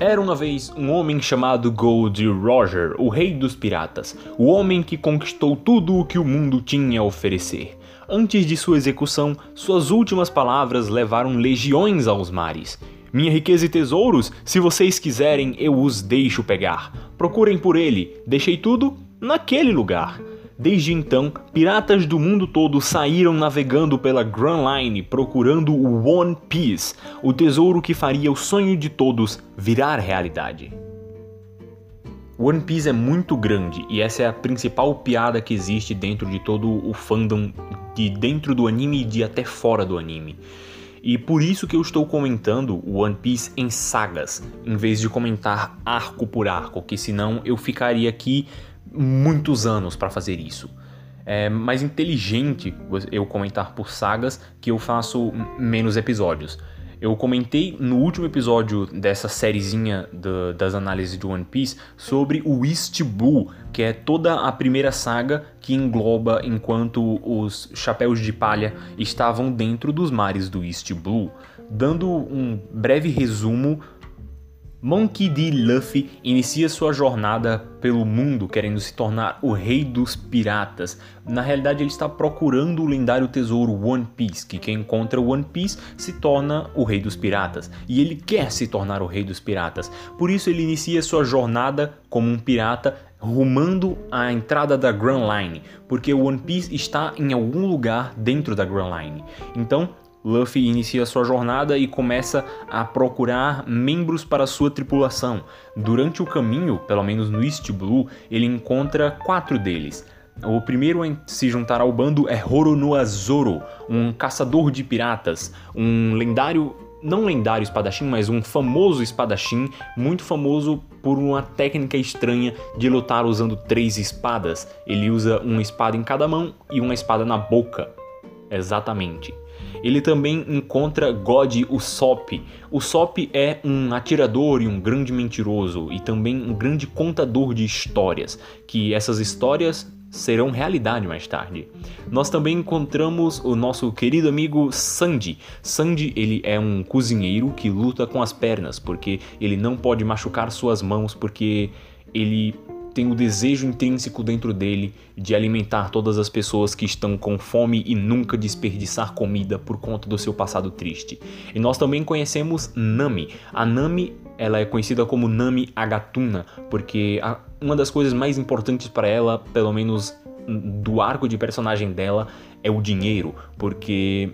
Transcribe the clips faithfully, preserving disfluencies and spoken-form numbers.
Era uma vez um homem chamado Gold Roger, o rei dos piratas, o homem que conquistou tudo o que o mundo tinha a oferecer. Antes de sua execução, suas últimas palavras levaram legiões aos mares. Minha riqueza e tesouros, se vocês quiserem, eu os deixo pegar. Procurem por ele, deixei tudo naquele lugar. Desde então, piratas do mundo todo saíram navegando pela Grand Line procurando o One Piece, o tesouro que faria o sonho de todos virar realidade. One Piece é muito grande e essa é a principal piada que existe dentro de todo o fandom, de dentro do anime e de até fora do anime. E por isso que eu estou comentando o One Piece em sagas, em vez de comentar arco por arco, que senão eu ficaria aqui muitos anos para fazer isso. É mais inteligente eu comentar por sagas que eu faço menos episódios. Eu comentei no último episódio dessa sériezinha do, das análises de One Piece sobre o East Blue, que é toda a primeira saga que engloba enquanto os Chapéus de Palha estavam dentro dos mares do East Blue. Dando um breve resumo, Monkey D. Luffy inicia sua jornada pelo mundo querendo se tornar o rei dos piratas. Na realidade ele está procurando o lendário tesouro One Piece, que quem encontra o One Piece se torna o rei dos piratas. E ele quer se tornar o rei dos piratas. Por isso ele inicia sua jornada como um pirata rumando à entrada da Grand Line, porque o One Piece está em algum lugar dentro da Grand Line. Então Luffy inicia sua jornada e começa a procurar membros para sua tripulação. Durante o caminho, pelo menos no East Blue, ele encontra quatro deles. O primeiro a se juntar ao bando é Roronoa Zoro, um caçador de piratas, um lendário, não lendário espadachim, mas um famoso espadachim, muito famoso por uma técnica estranha de lutar usando três espadas. Ele usa uma espada em cada mão e uma espada na boca. Exatamente. Ele também encontra God Usopp. Usopp é um atirador e um grande mentiroso e também um grande contador de histórias, que essas histórias serão realidade mais tarde. Nós também encontramos o nosso querido amigo Sandy. Sandy, ele é um cozinheiro que luta com as pernas, porque ele não pode machucar suas mãos, porque ele tem o desejo intrínseco dentro dele de alimentar todas as pessoas que estão com fome e nunca desperdiçar comida por conta do seu passado triste. E nós também conhecemos Nami. A Nami, ela é conhecida como Nami Agatuna, porque a, uma das coisas mais importantes para ela, pelo menos do arco de personagem dela, é o dinheiro, porque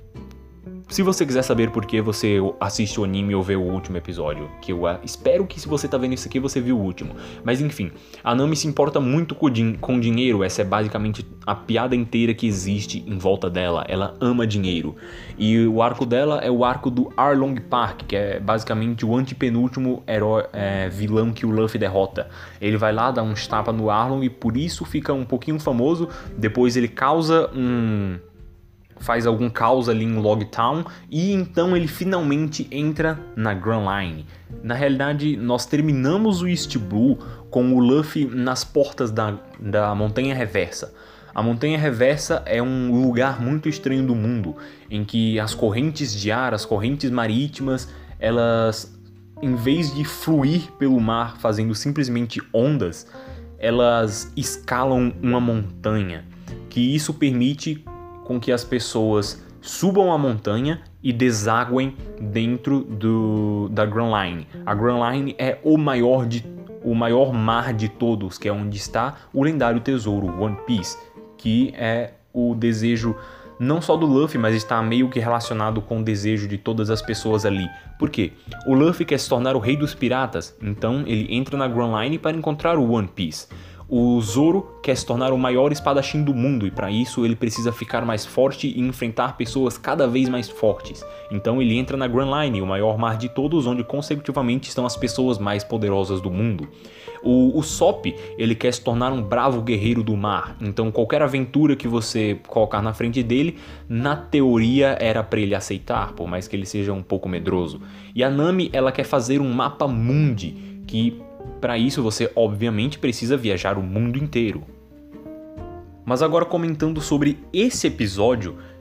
se você quiser saber por que você assiste o anime ou vê o último episódio, que eu espero que se você tá vendo isso aqui você viu o último. Mas enfim, a Nami se importa muito com, din- com dinheiro, essa é basicamente a piada inteira que existe em volta dela. Ela ama dinheiro. E o arco dela é o arco do Arlong Park, que é basicamente o antepenúltimo herói, é, vilão que o Luffy derrota. Ele vai lá, dá uns tapas no Arlong e por isso fica um pouquinho famoso. Depois ele causa um... faz algum caos ali em Logtown e então ele finalmente entra na Grand Line. Na realidade, nós terminamos o East Blue com o Luffy nas portas da, da Montanha Reversa. A Montanha Reversa é um lugar muito estranho do mundo, em que as correntes de ar, as correntes marítimas, elas, em vez de fluir pelo mar fazendo simplesmente ondas, elas escalam uma montanha, que isso permite com que as pessoas subam a montanha e desaguem dentro do, da Grand Line. A Grand Line é o maior, de, o maior mar de todos, que é onde está o lendário tesouro One Piece, que é o desejo não só do Luffy, mas está meio que relacionado com o desejo de todas as pessoas ali. Por quê? O Luffy quer se tornar o rei dos piratas, então ele entra na Grand Line para encontrar o One Piece. O Zoro quer se tornar o maior espadachim do mundo e para isso ele precisa ficar mais forte e enfrentar pessoas cada vez mais fortes. Então ele entra na Grand Line, o maior mar de todos, onde consecutivamente estão as pessoas mais poderosas do mundo. O Usopp, ele quer se tornar um bravo guerreiro do mar, então qualquer aventura que você colocar na frente dele, na teoria era para ele aceitar, por mais que ele seja um pouco medroso. E a Nami, ela quer fazer um mapa mundi, que para isso você obviamente precisa viajar o mundo inteiro. Mas agora comentando sobre esse episódio,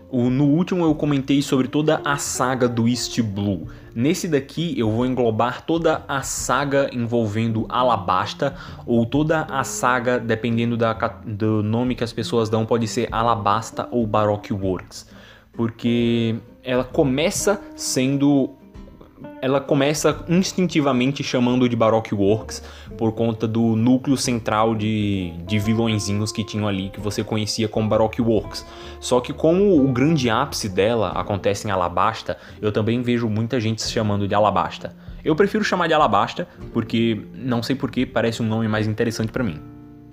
O, no último eu comentei sobre toda a saga do East Blue. Nesse daqui eu vou englobar toda a saga envolvendo Alabasta, ou toda a saga, dependendo da, do nome que as pessoas dão, pode ser Alabasta ou Baroque Works. Porque ela começa sendo... Ela começa instintivamente chamando de Baroque Works por conta do núcleo central de, de vilõezinhos que tinham ali, que você conhecia como Baroque Works. Só que como o grande ápice dela acontece em Alabasta, eu também vejo muita gente se chamando de Alabasta. Eu prefiro chamar de Alabasta porque, não sei porquê, parece um nome mais interessante pra mim.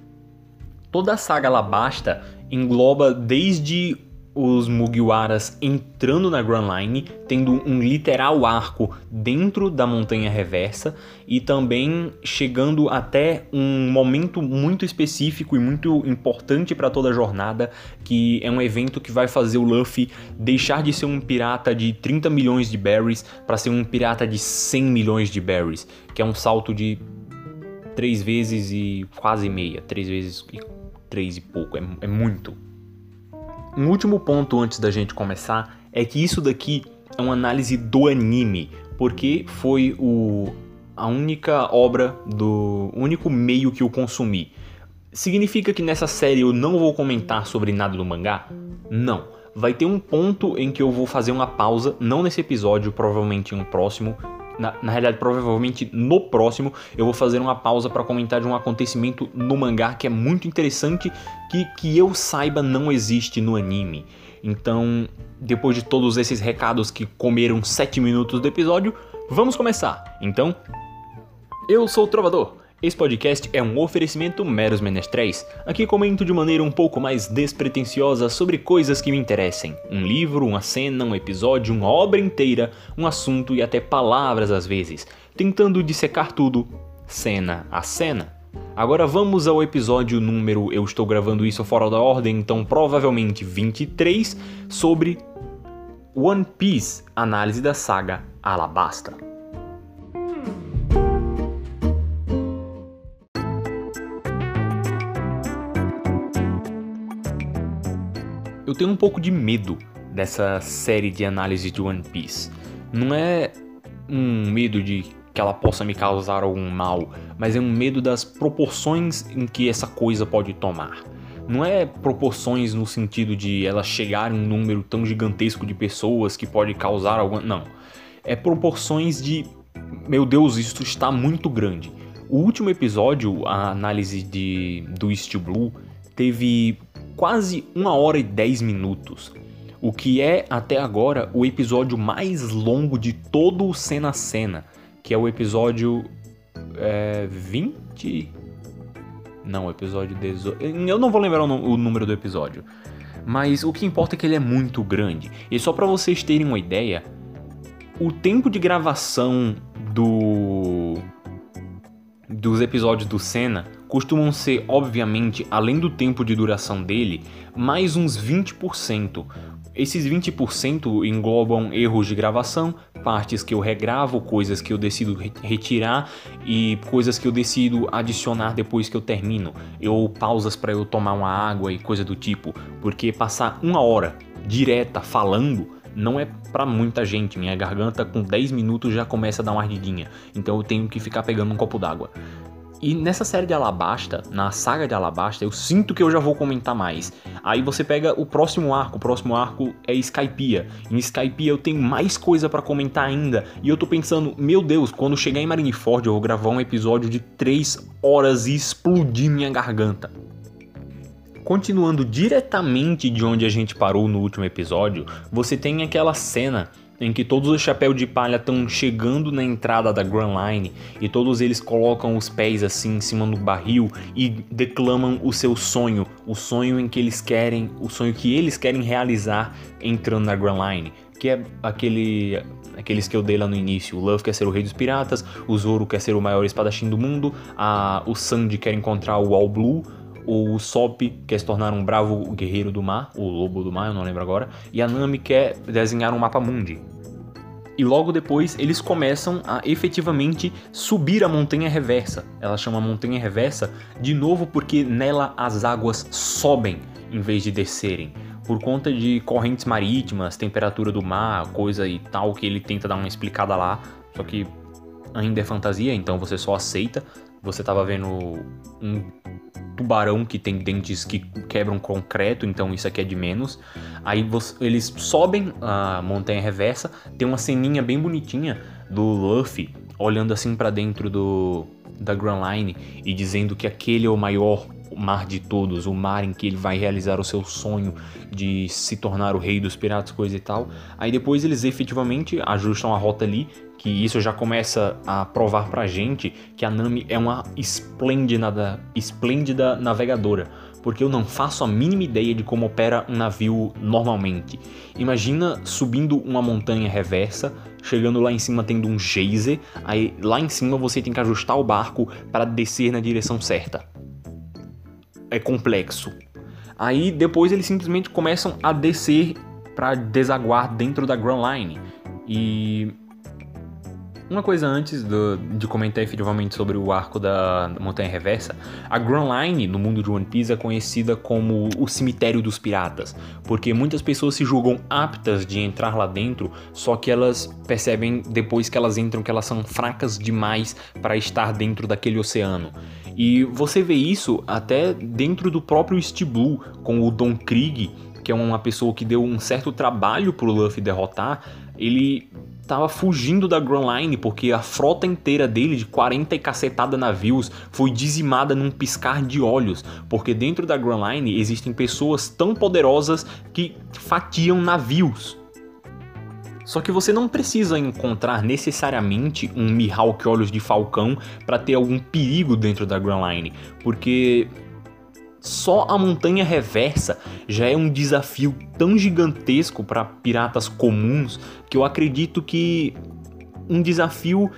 Toda a saga Alabasta engloba desde os Mugiwaras entrando na Grand Line, tendo um literal arco dentro da Montanha Reversa e também chegando até um momento muito específico e muito importante para toda a jornada, que é um evento que vai fazer o Luffy deixar de ser um pirata de trinta milhões de berries para ser um pirata de cem milhões de berries, que é um salto de três vezes e quase meia, três vezes e três e pouco, é, é muito. Um último ponto antes da gente começar é que isso daqui é uma análise do anime, porque foi o, a única obra, do o único meio que eu consumi. Significa que nessa série eu não vou comentar sobre nada do mangá? Não. Vai ter um ponto em que eu vou fazer uma pausa, não nesse episódio, provavelmente em um próximo. Na, na realidade, provavelmente no próximo, eu vou fazer uma pausa para comentar de um acontecimento no mangá que é muito interessante, que, que eu saiba não existe no anime. Então, depois de todos esses recados que comeram sete minutos do episódio, vamos começar. Então, eu sou o Trovador. Esse podcast é um oferecimento meros menestréis. Aqui comento de maneira um pouco mais despretensiosa sobre coisas que me interessem. Um livro, uma cena, um episódio, uma obra inteira, um assunto e até palavras às vezes, tentando dissecar tudo, cena a cena. Agora vamos ao episódio número, eu estou gravando isso fora da ordem, então provavelmente vinte e três, sobre One Piece, análise da saga Alabasta. Eu tenho um pouco de medo dessa série de análise de One Piece. Não é um medo de que ela possa me causar algum mal, mas é um medo das proporções em que essa coisa pode tomar. Não é proporções no sentido de ela chegar em um número tão gigantesco de pessoas que pode causar alguma... Não. É proporções de... Meu Deus, isso está muito grande. O último episódio, a análise de, do East Blue, teve quase uma hora e dez minutos, o que é até agora o episódio mais longo de todo o Cena a Cena, que é o episódio é, vinte? Não, episódio dezoito. Eu não vou lembrar o, o número do episódio, mas o que importa é que ele é muito grande. E só para vocês terem uma ideia, o tempo de gravação do dos episódios do Senna costumam ser, obviamente, além do tempo de duração dele, mais uns vinte por cento. Esses vinte por cento englobam erros de gravação, partes que eu regravo, coisas que eu decido retirar e coisas que eu decido adicionar depois que eu termino, ou pausas para eu tomar uma água e coisa do tipo, porque passar uma hora direta falando não é pra muita gente. Minha garganta com dez minutos já começa a dar uma ardidinha, então eu tenho que ficar pegando um copo d'água. E nessa série de Alabasta, na saga de Alabasta, eu sinto que eu já vou comentar mais. Aí você pega o próximo arco, o próximo arco é Skypiea. Em Skypiea eu tenho mais coisa pra comentar ainda, e eu tô pensando, meu Deus, quando chegar em Marineford eu vou gravar um episódio de três horas e explodir minha garganta. Continuando diretamente de onde a gente parou no último episódio, você tem aquela cena em que todos os chapéus de palha estão chegando na entrada da Grand Line e todos eles colocam os pés assim em cima do barril e declamam o seu sonho, o sonho em que eles querem, o sonho que eles querem realizar entrando na Grand Line, que é aquele aqueles que eu dei lá no início. O Luffy quer ser o rei dos piratas, o Zoro quer ser o maior espadachim do mundo, a, o Sandy quer encontrar o All Blue, o Sop quer se tornar um bravo guerreiro do mar, o lobo do mar, eu não lembro agora, e a Nami quer desenhar um mapa mundi. E logo depois eles começam a efetivamente subir a montanha reversa. Ela chama montanha reversa de novo porque nela as águas sobem em vez de descerem. por conta de correntes marítimas, temperatura do mar, coisa e tal, que ele tenta dar uma explicada lá, só que ainda é fantasia, então você só aceita. Você tava vendo um tubarão que tem dentes que quebram concreto, então isso aqui é de menos. Aí você, eles sobem a montanha reversa, tem uma ceninha bem bonitinha do Luffy olhando assim pra dentro do, da Grand Line e dizendo que aquele é o maior mar de todos, o mar em que ele vai realizar o seu sonho de se tornar o rei dos piratas, coisa e tal. Aí depois eles efetivamente ajustam a rota ali, que isso já começa a provar pra gente que a Nami é uma esplêndida, esplêndida navegadora, porque eu não faço a mínima ideia de como opera um navio normalmente. Imagina subindo uma montanha reversa, chegando lá em cima tendo um geyser, aí lá em cima você tem que ajustar o barco para descer na direção certa. É complexo. Aí depois eles simplesmente começam a descer para desaguar dentro da Grand Line. E uma coisa antes do, de comentar efetivamente sobre o arco da, da Montanha Reversa, a Grand Line no mundo de One Piece é conhecida como o cemitério dos piratas, porque muitas pessoas se julgam aptas de entrar lá dentro, só que elas percebem depois que elas entram que elas são fracas demais para estar dentro daquele oceano. E você vê isso até dentro do próprio East Blue, com o Don Krieg, que é uma pessoa que deu um certo trabalho pro Luffy derrotar. Ele tava fugindo da Grand Line porque a frota inteira dele, de quarenta e cacetada navios, foi dizimada num piscar de olhos, porque dentro da Grand Line existem pessoas tão poderosas que fatiam navios. Só que você não precisa encontrar necessariamente um Mihawk Olhos de Falcão para ter algum perigo dentro da Grand Line, porque só a Montanha Reversa já é um desafio tão gigantesco para piratas comuns que eu acredito que um desafio,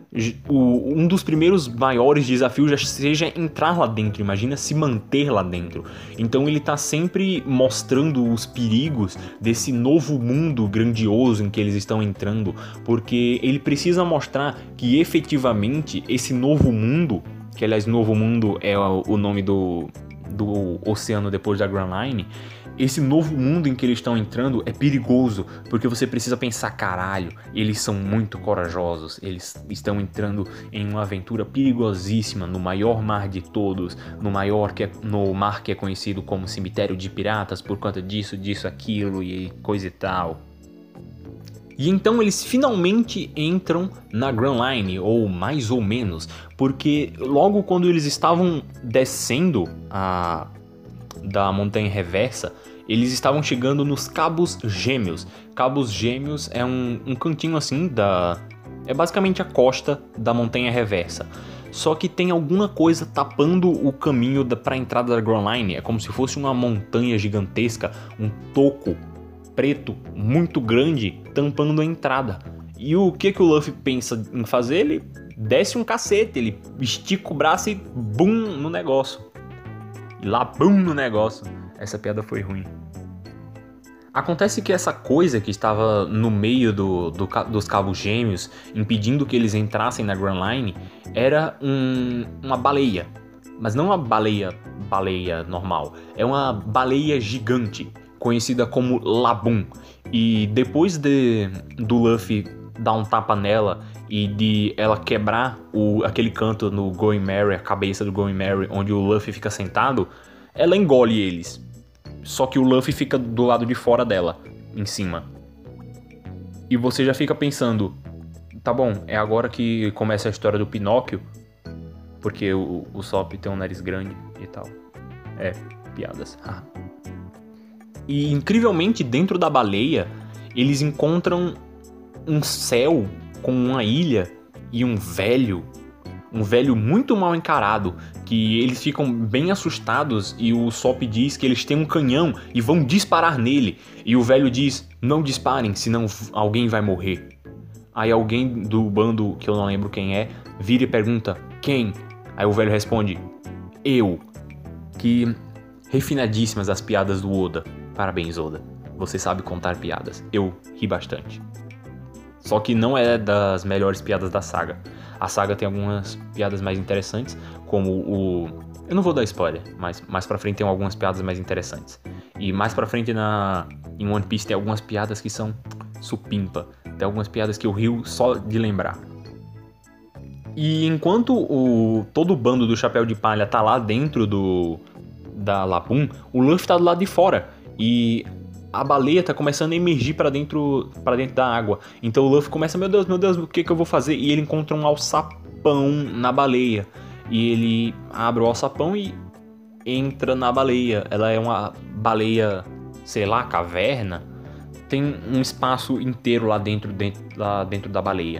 um dos primeiros maiores desafios já seja entrar lá dentro, imagina se manter lá dentro. Então ele tá sempre mostrando os perigos desse novo mundo grandioso em que eles estão entrando, porque ele precisa mostrar que efetivamente esse novo mundo, que aliás novo mundo é o nome do do oceano depois da Grand Line, esse novo mundo em que eles estão entrando é perigoso, porque você precisa pensar, caralho, eles são muito corajosos, eles estão entrando em uma aventura perigosíssima no maior mar de todos, no maior que é, no mar que é conhecido como cemitério de piratas por conta disso, disso, aquilo e coisa e tal. E então eles finalmente entram na Grand Line, ou mais ou menos, porque logo quando eles estavam descendo a, da Montanha Reversa, eles estavam chegando nos Cabos Gêmeos. Cabos Gêmeos é um, um cantinho assim da... é basicamente a costa da Montanha Reversa. Só que tem alguma coisa tapando o caminho para a entrada da Grand Line. É como se fosse uma montanha gigantesca, um toco preto muito grande tampando a entrada. E o que que o Luffy pensa em fazer? Ele desce um cacete, ele estica o braço e bum no negócio. E lá bum no negócio. Essa piada foi ruim. Acontece que essa coisa que estava no meio do, do, dos Cabos Gêmeos, impedindo que eles entrassem na Grand Line, era um, uma baleia. Mas não uma baleia, baleia normal. É uma baleia gigante, conhecida como Laboon. E depois de, do Luffy dar um tapa nela e de ela quebrar o, aquele canto no Going Merry, a cabeça do Going Merry, onde o Luffy fica sentado, ela engole eles. Só que o Luffy fica do lado de fora dela, em cima. E você já fica pensando, tá bom, é agora que começa a história do Pinóquio, porque o, o Sop tem um nariz grande e tal. É, piadas. E incrivelmente dentro da baleia, eles encontram um céu com uma ilha e um velho, um velho muito mal encarado, que eles ficam bem assustados e o Sop diz que eles têm um canhão e vão disparar nele. E o velho diz, não disparem, senão alguém vai morrer. Aí alguém do bando, que eu não lembro quem é, vira e pergunta, quem? Aí o velho responde, eu. Que refinadíssimas as piadas do Oda. Parabéns, Oda. Você sabe contar piadas. Eu ri bastante. Só que não é das melhores piadas da saga. A saga tem algumas piadas mais interessantes, como o... Eu não vou dar spoiler, mas mais pra frente tem algumas piadas mais interessantes. E mais pra frente na, em One Piece tem algumas piadas que são supimpa. Tem algumas piadas que eu rio só de lembrar. E enquanto o, todo o bando do Chapéu de Palha tá lá dentro do, da Laboon, o Luffy tá do lado de fora. E a baleia tá começando a emergir pra dentro, pra dentro da água. Então o Luffy começa, meu Deus, meu Deus, o que, que eu vou fazer? E ele encontra um alçapão na baleia. E ele abre o alçapão e entra na baleia. Ela é uma baleia, sei lá, caverna. Tem um espaço inteiro lá dentro, dentro, lá dentro da baleia.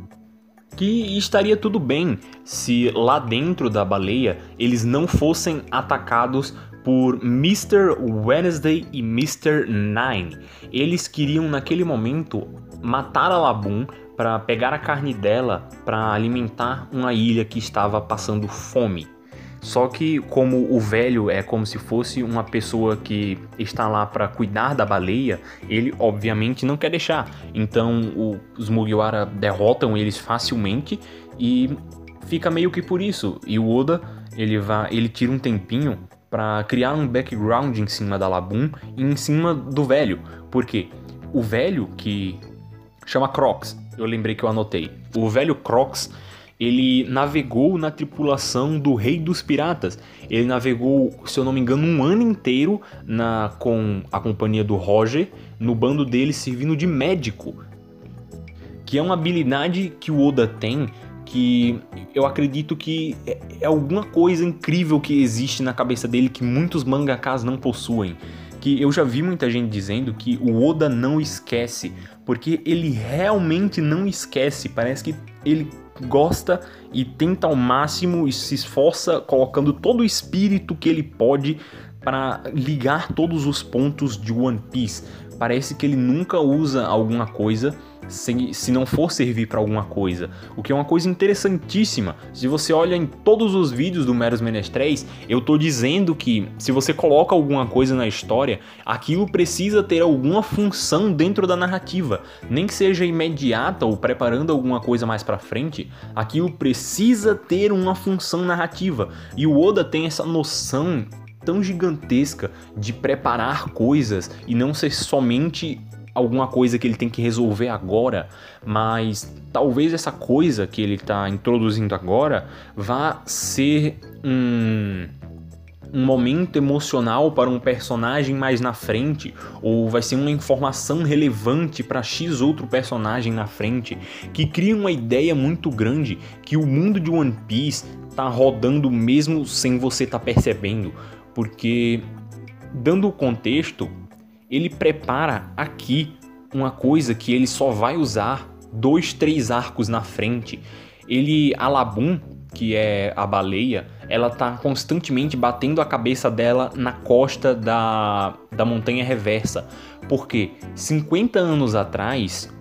Que estaria tudo bem se lá dentro da baleia eles não fossem atacados por mister Wednesday e mister Nine. Eles queriam naquele momento matar a Laboon para pegar a carne dela para alimentar uma ilha que estava passando fome. Só que como o velho é como se fosse uma pessoa que está lá para cuidar da baleia, ele obviamente não quer deixar. Então o, os Mugiwara derrotam eles facilmente e fica meio que por isso. E o Oda, ele, vai, ele tira um tempinho para criar um background em cima da Laboon e em cima do velho. Porque o velho, que chama Crocs, eu lembrei que eu anotei. O velho Crocs, ele navegou na tripulação do Rei dos Piratas. Ele navegou, se eu não me engano, um ano inteiro na, com a companhia do Roger, no bando dele servindo de médico. Que é uma habilidade que o Oda tem, que eu acredito que é, é alguma coisa incrível que existe na cabeça dele que muitos mangakas não possuem. Que eu já vi muita gente dizendo que o Oda não esquece, porque ele realmente não esquece. Parece que ele gosta e tenta ao máximo e se esforça colocando todo o espírito que ele pode para ligar todos os pontos de One Piece. Parece que ele nunca usa alguma coisa se, se não for servir para alguma coisa, o que é uma coisa interessantíssima. Se você olha em todos os vídeos do Meros Menestréis, eu tô dizendo que se você coloca alguma coisa na história, aquilo precisa ter alguma função dentro da narrativa, nem que seja imediata ou preparando alguma coisa mais para frente, aquilo precisa ter uma função narrativa. E o Oda tem essa noção tão gigantesca de preparar coisas e não ser somente alguma coisa que ele tem que resolver agora, mas talvez essa coisa que ele está introduzindo agora vá ser um, um momento emocional para um personagem mais na frente, ou vai ser uma informação relevante para X outro personagem na frente, que cria uma ideia muito grande que o mundo de One Piece está rodando mesmo sem você estar tá percebendo, porque dando o contexto, ele prepara aqui uma coisa que ele só vai usar dois, três arcos na frente. Ele, a Laboon, que é a baleia, ela tá constantemente batendo a cabeça dela na costa da, da montanha reversa. Porque cinquenta anos atrás,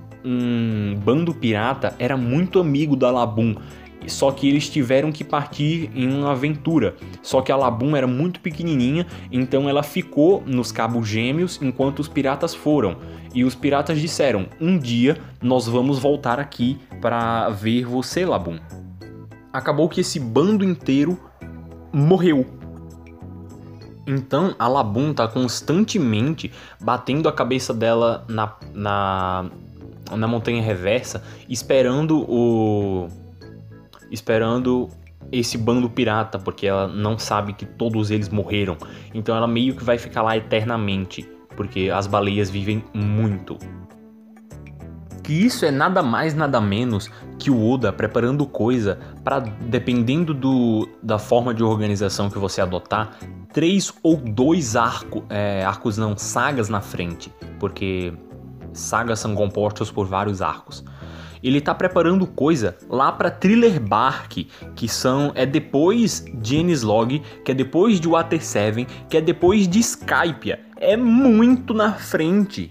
um bando pirata era muito amigo da Laboon. Só que eles tiveram que partir em uma aventura. Só que a Laboon era muito pequenininha, então ela ficou nos Cabos Gêmeos enquanto os piratas foram. E os piratas disseram, um dia nós vamos voltar aqui para ver você, Laboon. Acabou que esse bando inteiro morreu. Então a Laboon tá constantemente batendo a cabeça dela na, na, na montanha reversa, esperando o... esperando esse bando pirata, porque ela não sabe que todos eles morreram. Então ela meio que vai ficar lá eternamente, porque as baleias vivem muito. Que isso é nada mais, nada menos que o Oda preparando coisa para, dependendo do, da forma de organização que você adotar, três ou dois arco, é, arcos não, sagas na frente, porque sagas são compostas por vários arcos. Ele tá preparando coisa lá para Thriller Bark, que são é depois de Enies Lobby, que é depois de Water seven, que é depois de Skypiea. É muito na frente.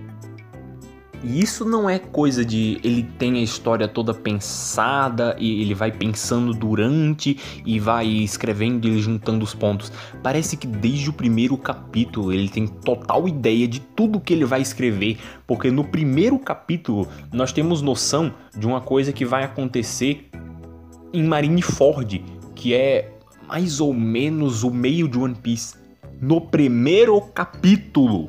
E isso não é coisa de ele tem a história toda pensada e ele vai pensando durante e vai escrevendo e juntando os pontos. Parece que desde o primeiro capítulo ele tem total ideia de tudo que ele vai escrever, porque no primeiro capítulo nós temos noção de uma coisa que vai acontecer em Marineford, que é mais ou menos o meio de One Piece. no primeiro capítulo.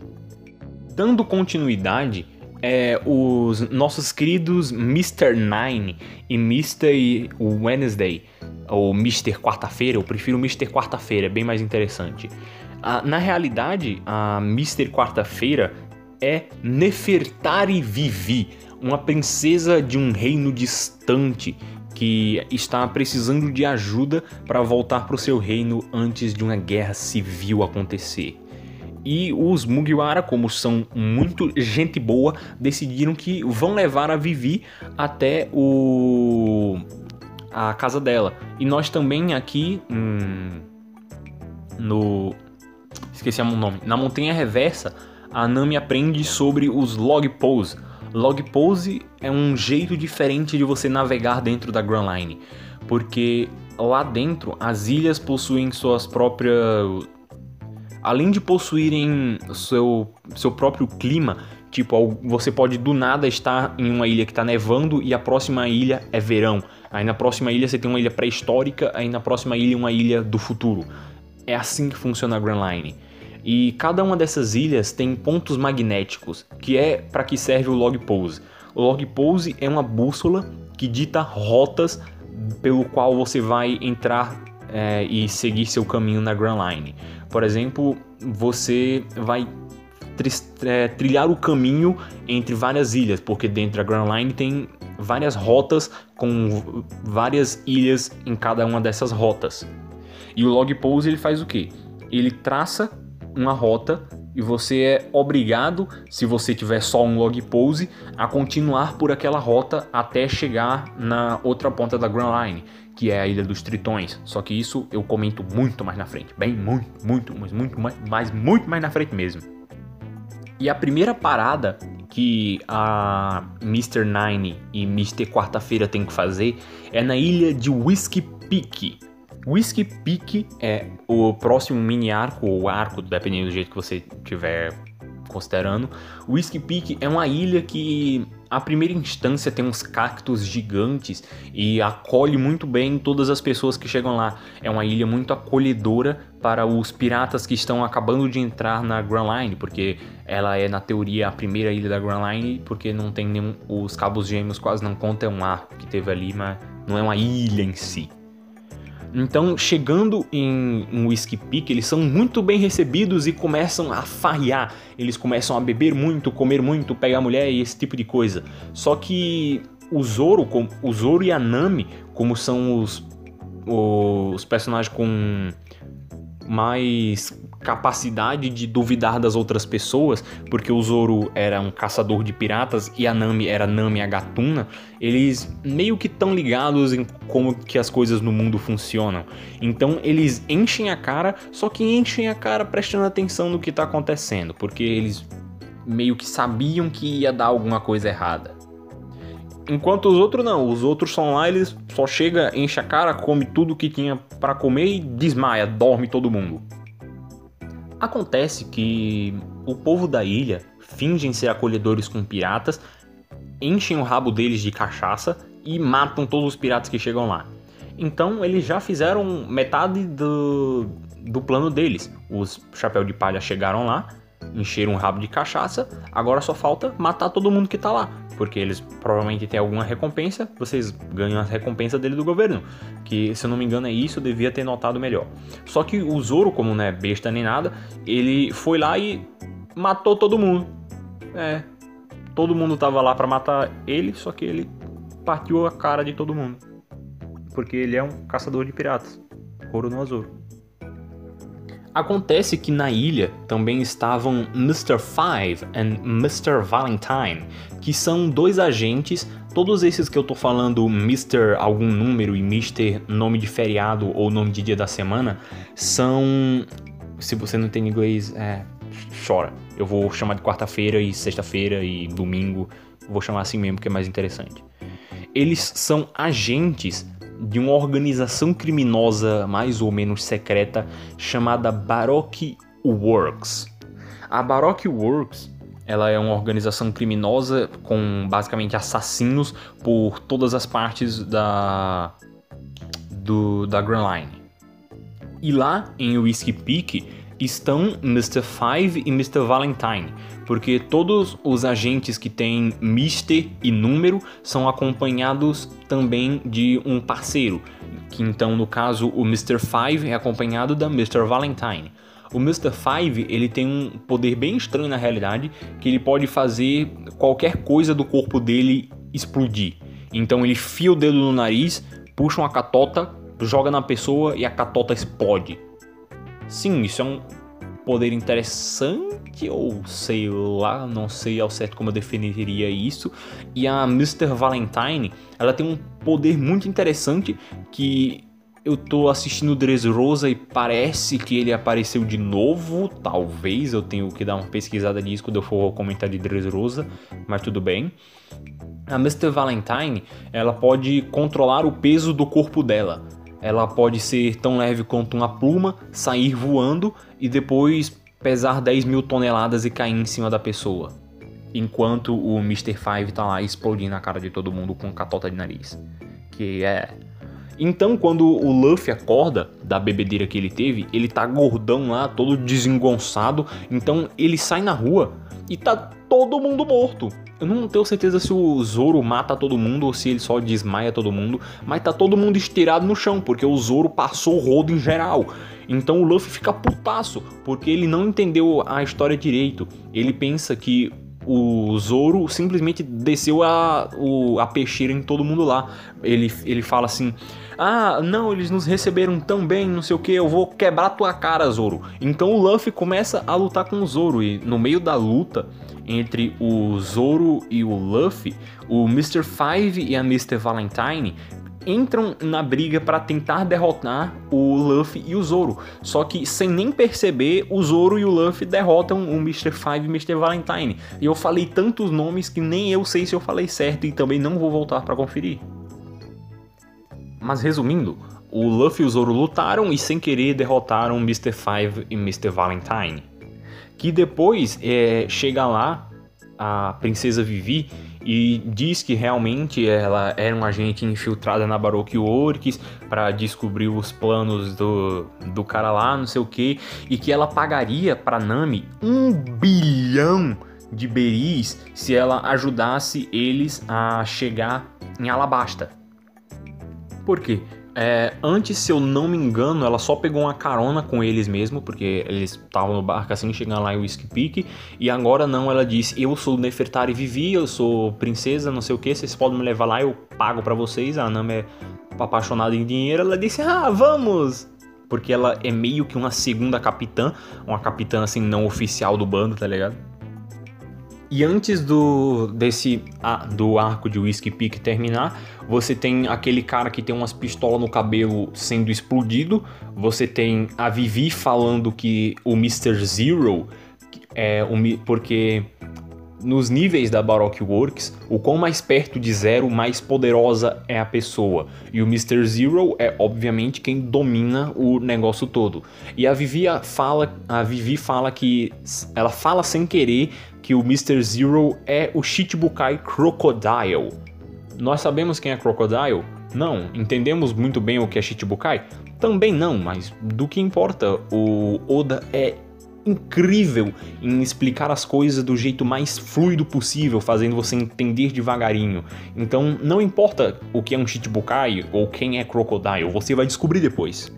Dando continuidade, é, os nossos queridos mister Nine e mister Wednesday, ou mister Quarta-feira, eu prefiro mister Quarta-feira, é bem mais interessante. Ah, na realidade, a mister Quarta-feira é Nefertari Vivi, uma princesa de um reino distante que está precisando de ajuda para voltar para o seu reino antes de uma guerra civil acontecer. E os Mugiwara, como são muito gente boa, decidiram que vão levar a Vivi até o... a casa dela. E nós também aqui hum, no... esqueci o nome. Na Montanha Reversa, a Nami aprende sobre os Log Pose. Log Pose é um jeito diferente de você navegar dentro da Grand Line, porque lá dentro as ilhas possuem suas próprias... além de possuírem seu, seu próprio clima, tipo, você pode do nada estar em uma ilha que está nevando e a próxima ilha é verão. Aí na próxima ilha você tem uma ilha pré-histórica, aí na próxima ilha uma ilha do futuro. É assim que funciona a Grand Line. E cada uma dessas ilhas tem pontos magnéticos, que é para que serve o Log Pose. O Log Pose é uma bússola que dita rotas pelo qual você vai entrar é, e seguir seu caminho na Grand Line. Por exemplo, você vai tri- é, trilhar o caminho entre várias ilhas, porque dentro da Grand Line tem várias rotas com várias ilhas em cada uma dessas rotas. E o Log Pose ele faz o quê? Ele traça uma rota e você é obrigado, se você tiver só um Log Pose, a continuar por aquela rota até chegar na outra ponta da Grand Line, que é a Ilha dos Tritões. Só que isso eu comento muito mais na frente, bem muito, muito, mas muito mais, mas muito mais na frente mesmo. E a primeira parada que a mister Nine e mister Quarta-feira tem que fazer é na ilha de Whiskey Peak. Whiskey Peak é o próximo mini arco, ou arco, dependendo do jeito que você estiver considerando. Whiskey Peak é uma ilha que, à primeira instância, tem uns cactos gigantes e acolhe muito bem todas as pessoas que chegam lá. É uma ilha muito acolhedora para os piratas que estão acabando de entrar na Grand Line, porque ela é, na teoria, a primeira ilha da Grand Line, porque não tem nenhum... os Cabos Gêmeos quase não contam, é um arco que teve ali, mas não é uma ilha em si. Então, chegando em, em Whiskey Peak, eles são muito bem recebidos e começam a farrear. Eles começam a beber muito, comer muito, pegar mulher e esse tipo de coisa. Só que o Zoro, o Zoro e a Nami, como são os, os personagens com mais capacidade de duvidar das outras pessoas, porque o Zoro era um caçador de piratas e a Nami era Nami a gatuna, eles meio que estão ligados em como que as coisas no mundo funcionam. Então eles enchem a cara, só que enchem a cara prestando atenção no que está acontecendo, porque eles meio que sabiam que ia dar alguma coisa errada. Enquanto os outros não, os outros são lá, eles só chega, enche a cara, come tudo que tinha para comer e desmaia, dorme todo mundo. Acontece que o povo da ilha fingem ser acolhedores com piratas, enchem o rabo deles de cachaça e matam todos os piratas que chegam lá. Então eles já fizeram metade do, do plano deles. Os Chapéu de Palha chegaram lá, encheram o rabo de cachaça, agora só falta matar todo mundo que tá lá, porque eles provavelmente têm alguma recompensa, vocês ganham a recompensa dele do governo, que se eu não me engano é isso, eu devia ter notado melhor. Só que o Zoro, como não é besta nem nada, ele foi lá e matou todo mundo. É, todo mundo tava lá pra matar ele, só que ele partiu a cara de todo mundo, porque ele é um caçador de piratas, Oro no Zoro. Acontece que na ilha também estavam mister Five e mister Valentine, que são dois agentes, todos esses que eu tô falando, mister algum número e mister nome de feriado ou nome de dia da semana, são... se você não tem inglês, é... chora. Eu vou chamar de quarta-feira e sexta-feira e domingo, vou chamar assim mesmo que é mais interessante. Eles são agentes de uma organização criminosa mais ou menos secreta chamada Baroque Works. A Baroque Works, ela é uma organização criminosa com basicamente assassinos por todas as partes da, do, da Grand Line. E lá em Whiskey Peak estão mister Five e mister Valentine, porque todos os agentes que têm mister e número são acompanhados também de um parceiro, que então no caso o mister Five é acompanhado da mister Valentine. O mister Five, ele tem um poder bem estranho na realidade, que ele pode fazer qualquer coisa do corpo dele explodir. Então ele fia o dedo no nariz, puxa uma catota, joga na pessoa e a catota explode. Sim, isso é um poder interessante, ou sei lá, não sei ao certo como eu definiria isso. E a mister Valentine, ela tem um poder muito interessante que eu tô assistindo Dressrosa e parece que ele apareceu de novo. Talvez eu tenha que dar uma pesquisada nisso quando eu for comentar de Dressrosa, mas tudo bem. A mister Valentine, ela pode controlar o peso do corpo dela. Ela pode ser tão leve quanto uma pluma, sair voando e depois pesar dez mil toneladas e cair em cima da pessoa. Enquanto o mister Five tá lá explodindo a cara de todo mundo com catota de nariz. Que é... Então, quando o Luffy acorda da bebedeira que ele teve, ele tá gordão lá, todo desengonçado. Então, ele sai na rua e tá todo mundo morto. Eu não tenho certeza se o Zoro mata todo mundo ou se ele só desmaia todo mundo, mas tá todo mundo estirado no chão, porque o Zoro passou o rodo em geral. Então o Luffy fica putaço, porque ele não entendeu a história direito. Ele pensa que o Zoro simplesmente desceu a, o, a peixeira em todo mundo lá. Ele, ele fala assim: ah, não, eles nos receberam tão bem, não sei o que, eu vou quebrar tua cara, Zoro. Então o Luffy começa a lutar com o Zoro, e no meio da luta entre o Zoro e o Luffy, o mister Five e a mister Valentine entram na briga para tentar derrotar o Luffy e o Zoro. Só que sem nem perceber, o Zoro e o Luffy derrotam o mister Five e o mister Valentine. E eu falei tantos nomes que nem eu sei se eu falei certo e também não vou voltar para conferir. Mas resumindo, o Luffy e o Zoro lutaram e sem querer derrotaram o mister Five e mister Valentine. Que depois é, chega lá a princesa Vivi e diz que realmente ela era um agente infiltrada na Baroque Works para descobrir os planos do, do cara lá, não sei o que, e que ela pagaria para Nami um bilhão de beris se ela ajudasse eles a chegar em Alabasta. Por quê? É, antes, se eu não me engano, ela só pegou uma carona com eles mesmo, porque eles estavam no barco assim, chegando lá em Whiskey Peak, e agora não, ela disse: eu sou Nefertari Vivi, eu sou princesa, não sei o que, vocês podem me levar lá, eu pago pra vocês. A Nami é apaixonada em dinheiro, ela disse: ah, vamos! Porque ela é meio que uma segunda capitã, uma capitã assim não oficial do bando, tá ligado? E antes do, desse, ah, do arco de Whiskey Peak terminar, você tem aquele cara que tem umas pistolas no cabelo sendo explodido. Você tem a Vivi falando que o mister Zero é o, porque nos níveis da Baroque Works, o quão mais perto de zero, mais poderosa é a pessoa. E o mister Zero é obviamente quem domina o negócio todo. E a Vivi fala, a Vivi fala que ela fala sem querer que o mister Zero é o Shichibukai Crocodile. Nós sabemos quem é Crocodile? Não. Entendemos muito bem o que é Shichibukai? Também não, mas do que importa? O Oda é incrível em explicar as coisas do jeito mais fluido possível, fazendo você entender devagarinho. Então não importa o que é um Shichibukai ou quem é Crocodile, você vai descobrir depois.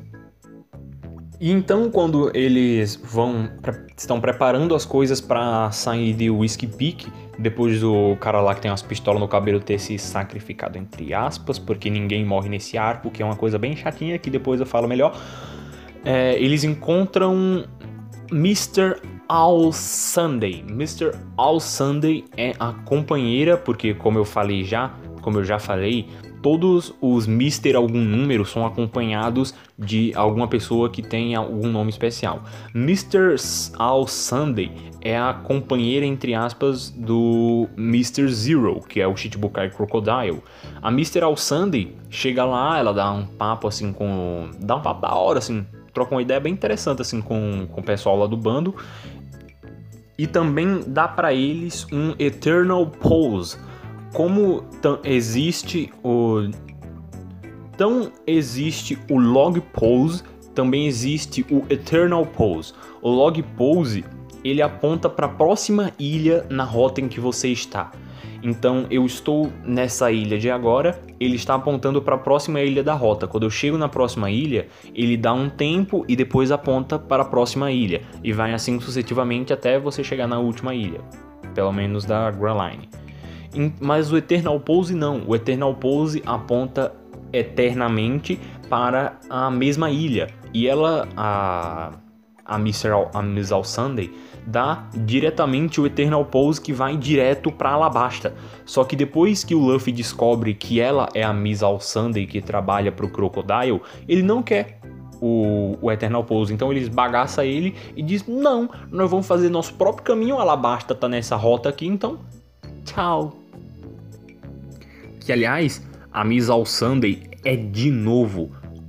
E então, quando eles vão estão preparando as coisas para sair de Whiskey Peak, depois do cara lá que tem umas pistolas no cabelo ter se sacrificado entre aspas, porque ninguém morre nesse arco, que é uma coisa bem chatinha que depois eu falo melhor, é, eles encontram mister All Sunday. mister All Sunday é a companheira, porque como eu falei já, como eu já falei, todos os mister algum número são acompanhados de alguma pessoa que tem algum nome especial. mister All Sunday é a companheira, entre aspas, do mister Zero, que é o Shichibukai Crocodile. A mister All Sunday chega lá, ela dá um papo assim com... dá um papo da hora, assim, troca uma ideia bem interessante assim com, com o pessoal lá do bando. E também dá pra eles um Eternal Pose. Como tão existe o tão existe o Log Pose, também existe o Eternal Pose. O Log Pose, ele aponta para a próxima ilha na rota em que você está. Então eu estou nessa ilha de agora, ele está apontando para a próxima ilha da rota. Quando eu chego na próxima ilha, ele dá um tempo e depois aponta para a próxima ilha. E vai assim sucessivamente até você chegar na última ilha, pelo menos da Grand Line. Mas o Eternal Pose não, o Eternal Pose aponta eternamente para a mesma ilha. E ela, a, a Miss All Sunday, dá diretamente o Eternal Pose que vai direto para Alabasta. Só que depois que o Luffy descobre que ela é a Miss All Sunday que trabalha pro Crocodile, ele não quer o, o Eternal Pose. Então ele esbagaça ele e diz: não, nós vamos fazer nosso próprio caminho, Alabasta tá nessa rota aqui, então tchau. Que aliás, a Miss All Sunday é de novo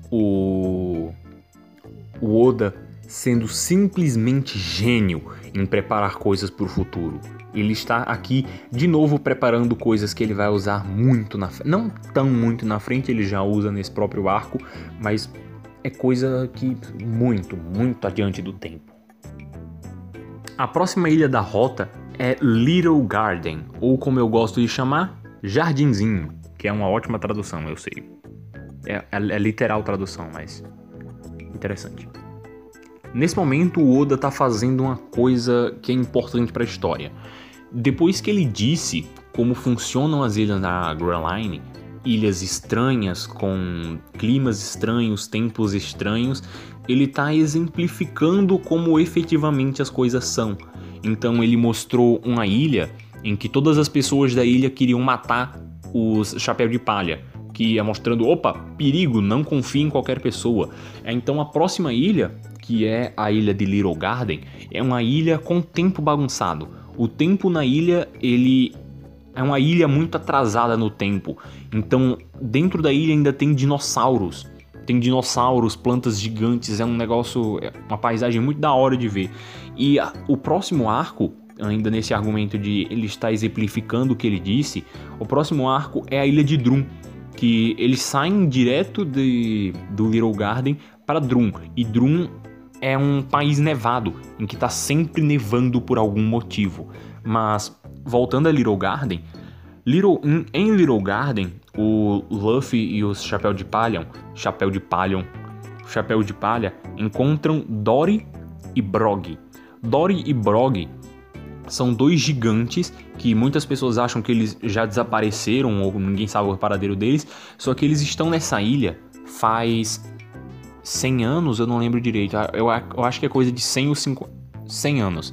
o, o Oda sendo simplesmente gênio em preparar coisas para o futuro. Ele está aqui de novo preparando coisas que ele vai usar muito na frente. Não tão muito na frente, ele já usa nesse próprio arco, mas é coisa que muito, muito adiante do tempo. A próxima ilha da rota é Little Garden, ou como eu gosto de chamar, Jardinzinho, que é uma ótima tradução, eu sei. É, é, é literal tradução, mas interessante. Nesse momento, o Oda está fazendo uma coisa que é importante para a história. Depois que ele disse como funcionam as ilhas da Grand Line, ilhas estranhas, com climas estranhos, tempos estranhos, ele está exemplificando como efetivamente as coisas são. Então ele mostrou uma ilha em que todas as pessoas da ilha queriam matar os Chapéu de Palha, que ia mostrando, opa, perigo, não confie em qualquer pessoa. Então a próxima ilha, que é a ilha de Little Garden, é uma ilha com tempo bagunçado. O tempo na ilha, ele é uma ilha muito atrasada no tempo. Então dentro da ilha ainda tem dinossauros. Tem dinossauros, plantas gigantes, é um negócio, é uma paisagem muito da hora de ver. E a, o próximo arco, ainda nesse argumento de ele estar exemplificando o que ele disse, o próximo arco é a ilha de Drum, que eles saem direto de, do Little Garden para Drum, e Drum é um país nevado, em que está sempre nevando por algum motivo. Mas, voltando a Little Garden, Little, em, em Little Garden, o Luffy e os Chapéu de Palha, Chapéu de Palha, Chapéu de Palha encontram Dory e Brog. Dory e Brog são dois gigantes que muitas pessoas acham que eles já desapareceram ou ninguém sabe o paradeiro deles, só que eles estão nessa ilha faz cem anos, eu não lembro direito, eu, eu acho que é coisa de cem ou cinquenta, cem anos.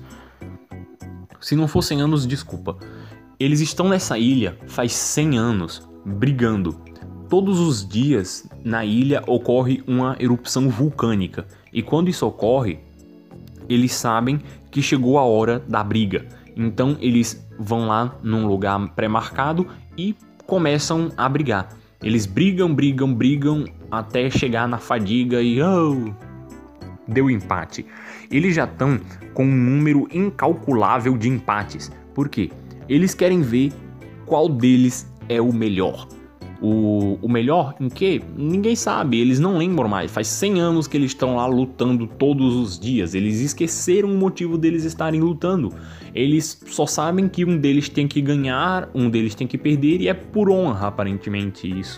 Se não for cem anos, desculpa. Eles estão nessa ilha faz cem anos, brigando. Todos os dias na ilha ocorre uma erupção vulcânica, e quando isso ocorre, eles sabem que chegou a hora da briga. Então eles vão lá num lugar pré-marcado e começam a brigar. Eles brigam, brigam, brigam até chegar na fadiga e oh, deu empate. Eles já estão com um número incalculável de empates. Por quê? Eles querem ver qual deles é o melhor. O, o melhor em quê? Ninguém sabe, eles não lembram mais. Faz cem anos que eles estão lá lutando todos os dias. Eles esqueceram o motivo deles estarem lutando. Eles só sabem que um deles tem que ganhar, um deles tem que perder, e é por honra, aparentemente, isso.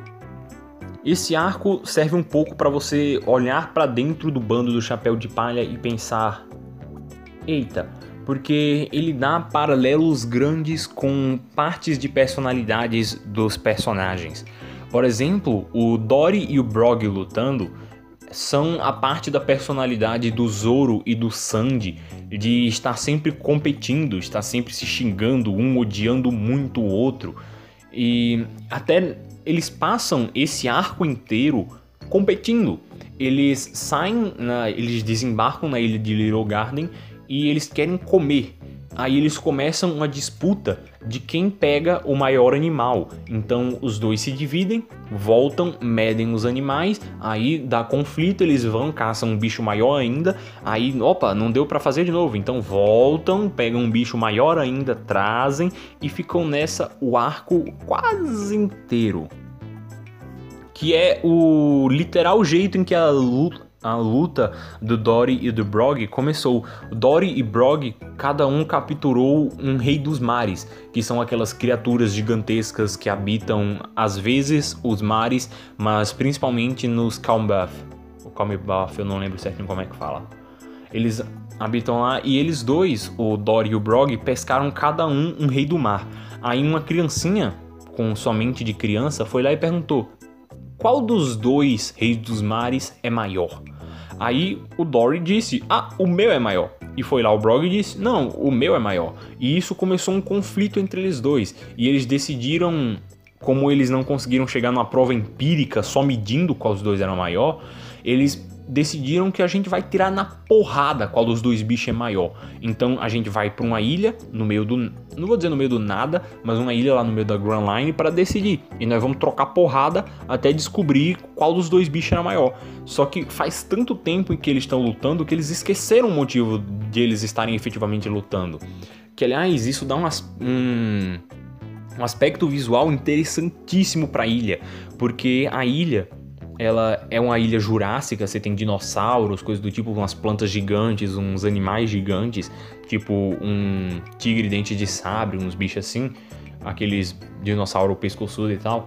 Esse arco serve um pouco para você olhar para dentro do bando do Chapéu de Palha e pensar: eita, porque ele dá paralelos grandes com partes de personalidades dos personagens. Por exemplo, o Dory e o Brog lutando são a parte da personalidade do Zoro e do Sandy, de estar sempre competindo, estar sempre se xingando, um odiando muito o outro. E até eles passam esse arco inteiro competindo. Eles saem, na, eles desembarcam na ilha de Little Garden e eles querem comer. Aí eles começam uma disputa de quem pega o maior animal. Então os dois se dividem, voltam, medem os animais, aí dá conflito, eles vão, caçam um bicho maior ainda, aí opa, não deu pra fazer de novo, então voltam, pegam um bicho maior ainda, trazem e ficam nessa o arco quase inteiro. Que é o literal jeito em que a luta, a luta do Dory e do Brog começou. Dory e Brog, cada um capturou um rei dos mares, que são aquelas criaturas gigantescas que habitam, às vezes, os mares, mas principalmente nos Calmbath. O Calmbath, eu não lembro certinho como é que fala. Eles habitam lá e eles dois, o Dory e o Brog, pescaram cada um um rei do mar. Aí uma criancinha, com sua mente de criança, foi lá e perguntou: qual dos dois reis dos mares é maior? Aí o Dory disse: ah, o meu é maior. E foi lá o Brog e disse: não, o meu é maior. E isso começou um conflito entre eles dois. E eles decidiram, como eles não conseguiram chegar numa prova empírica só medindo qual dos dois era maior, eles decidiram que a gente vai tirar na porrada qual dos dois bichos é maior. Então a gente vai para uma ilha no meio do, não vou dizer no meio do nada, mas uma ilha lá no meio da Grand Line para decidir. E nós vamos trocar porrada até descobrir qual dos dois bichos era maior. Só que faz tanto tempo em que eles estão lutando que eles esqueceram o motivo de eles estarem efetivamente lutando. Que aliás, isso dá um, um, um aspecto visual interessantíssimo para a ilha, porque a ilha, ela é uma ilha jurássica, você tem dinossauros, coisas do tipo, umas plantas gigantes, uns animais gigantes, tipo um tigre dente de sabre, uns bichos assim, aqueles dinossauro pescoçudo e tal.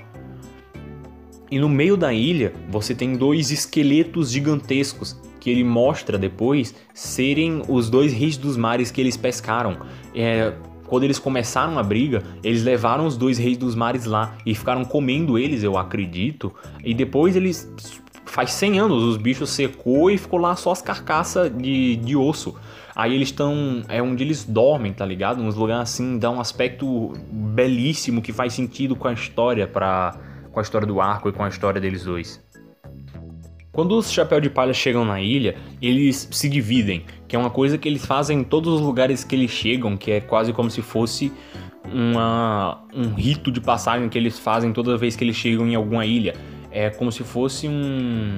E no meio da ilha você tem dois esqueletos gigantescos que ele mostra depois serem os dois reis dos mares que eles pescaram. É... Quando eles começaram a briga, eles levaram os dois reis dos mares lá e ficaram comendo eles, eu acredito. E depois eles... Faz cem anos, os bichos secou e ficou lá só as carcaças de, de osso. Aí eles estão... É onde eles dormem, tá ligado? Uns lugares assim, dá um aspecto belíssimo que faz sentido com a história, pra, com a história do arco e com a história deles dois. Quando os Chapéu de Palha chegam na ilha, eles se dividem, que é uma coisa que eles fazem em todos os lugares que eles chegam, que é quase como se fosse uma, um rito de passagem que eles fazem toda vez que eles chegam em alguma ilha. É como se fosse um...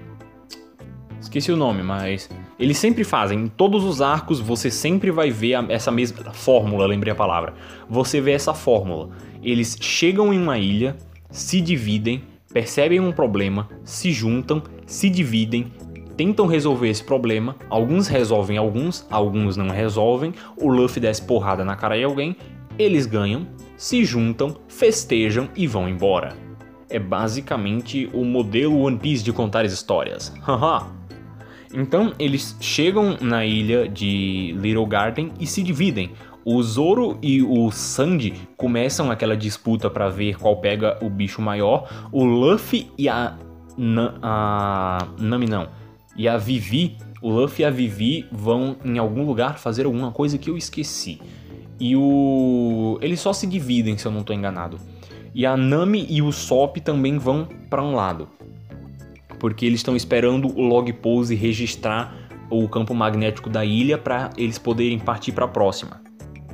Esqueci o nome, mas eles sempre fazem. Em todos os arcos você sempre vai ver essa mesma fórmula, lembrei a palavra. Você vê essa fórmula. Eles chegam em uma ilha, se dividem, percebem um problema, se juntam, se dividem, tentam resolver esse problema, alguns resolvem alguns, alguns não resolvem, o Luffy desce porrada na cara de alguém, eles ganham, se juntam, festejam e vão embora. É basicamente o modelo One Piece de contar as histórias. Haha. Então eles chegam na ilha de Little Garden e se dividem. O Zoro e o Sandy começam aquela disputa para ver qual pega o bicho maior. O Luffy e a, Na, a Nami não, e a Vivi, o Luffy e a Vivi vão em algum lugar fazer alguma coisa que eu esqueci. E o eles só se dividem, se eu não estou enganado. E a Nami e o Sop também vão para um lado, porque eles estão esperando o log pose registrar o campo magnético da ilha para eles poderem partir para a próxima.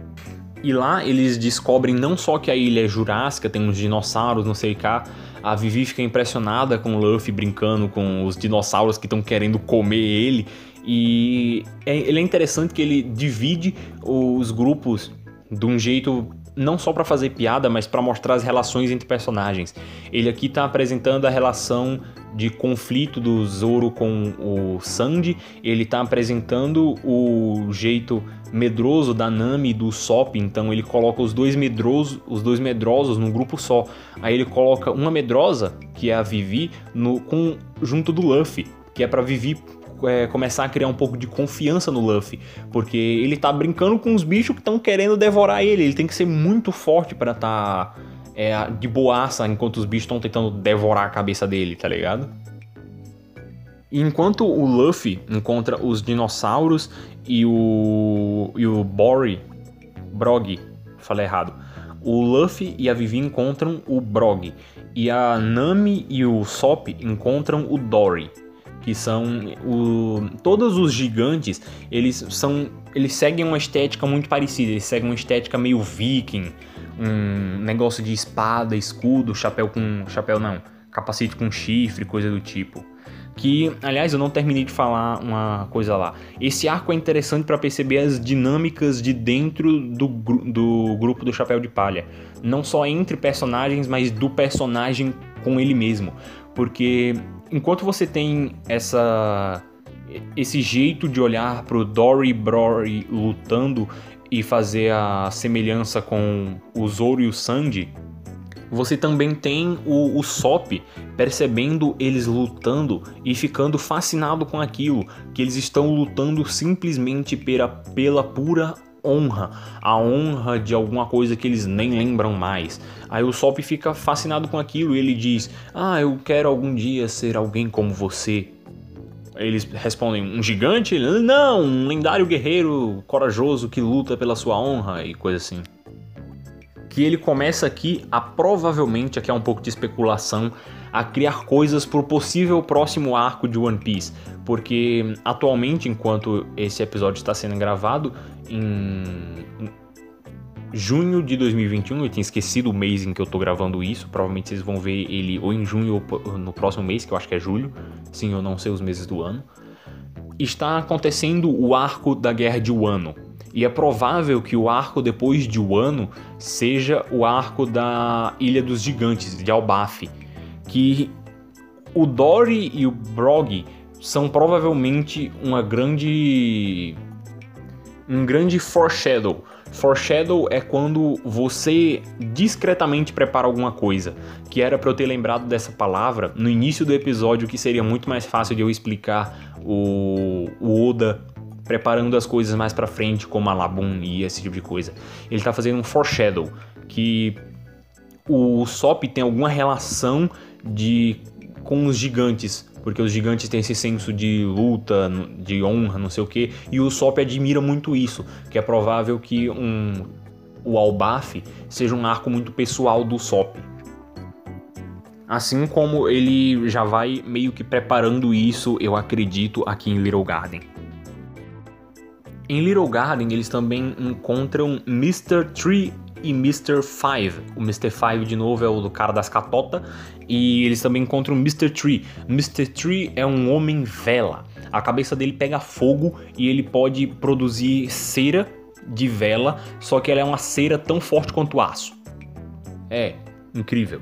E lá eles descobrem não só que a ilha é jurássica, tem uns dinossauros, não sei o que. A Vivi fica impressionada com o Luffy brincando com os dinossauros que estão querendo comer ele. E é, ele é interessante que ele divide os grupos de um jeito não só para fazer piada, mas para mostrar as relações entre personagens. Ele aqui está apresentando a relação de conflito do Zoro com o Sandy, ele está apresentando o jeito medroso da Nami e do Sop, então ele coloca os dois medrosos, os dois medrosos num grupo só. Aí ele coloca uma medrosa, que é a Vivi, no, com, junto do Luffy, que é para Vivi É, começar a criar um pouco de confiança no Luffy, porque ele tá brincando com os bichos que estão querendo devorar ele, ele tem que ser muito forte pra tá é, de boaça enquanto os bichos estão tentando devorar a cabeça dele, tá ligado? E enquanto o Luffy encontra os dinossauros e o e o Bori, Brog, falei errado, o Luffy e a Vivi encontram o Brog, e a Nami e o Sop encontram o Dory, que são o, todos os gigantes, eles são, eles seguem uma estética muito parecida, eles seguem uma estética meio viking, um negócio de espada, escudo, chapéu com, chapéu não, capacete com chifre, coisa do tipo. Que, aliás, eu não terminei de falar uma coisa lá. Esse arco é interessante para perceber as dinâmicas de dentro do, do grupo do Chapéu de Palha. Não só entre personagens, mas do personagem com ele mesmo. Porque enquanto você tem essa, esse jeito de olhar pro Dory e Brory lutando e fazer a semelhança com o Zoro e o Sanji, você também tem o, o Sop percebendo eles lutando e ficando fascinado com aquilo, que eles estão lutando simplesmente pela, pela pura honra, a honra de alguma coisa que eles nem lembram mais. Aí o Sop fica fascinado com aquilo e ele diz: ah, eu quero algum dia ser alguém como você. Eles respondem: um gigante? Ele, não, um lendário guerreiro corajoso que luta pela sua honra e coisa assim. Que ele começa aqui a provavelmente, aqui é um pouco de especulação, a criar coisas para o possível próximo arco de One Piece, porque atualmente, enquanto esse episódio está sendo gravado, em junho de dois mil e vinte e um, eu tinha esquecido o mês em que eu estou gravando isso, provavelmente vocês vão ver ele ou em junho ou no próximo mês, que eu acho que é julho, sim, eu não sei os meses do ano, está acontecendo o arco da Guerra de Wano. E é provável que o arco depois de Wano seja o arco da Ilha dos Gigantes, de Elbaf. Que o Dory e o Brogy são provavelmente uma grande... um grande foreshadow. Foreshadow é quando você discretamente prepara alguma coisa. Que era para eu ter lembrado dessa palavra no início do episódio, que seria muito mais fácil de eu explicar o, o Oda preparando as coisas mais pra frente, como a Labum e esse tipo de coisa. Ele tá fazendo um foreshadow, que o Sop tem alguma relação de, com os gigantes, porque os gigantes têm esse senso de luta, de honra, não sei o que, e o Sop admira muito isso, que é provável que um, o Elbaf seja um arco muito pessoal do Sop. Assim como ele já vai meio que preparando isso, eu acredito, aqui em Little Garden. Em Little Garden, eles também encontram mister Tree e mister Five. O mister Five, de novo, é o do cara das catotas. E eles também encontram o mister Tree. mister Tree é um homem vela. A cabeça dele pega fogo e ele pode produzir cera de vela, só que ela é uma cera tão forte quanto aço. É, incrível.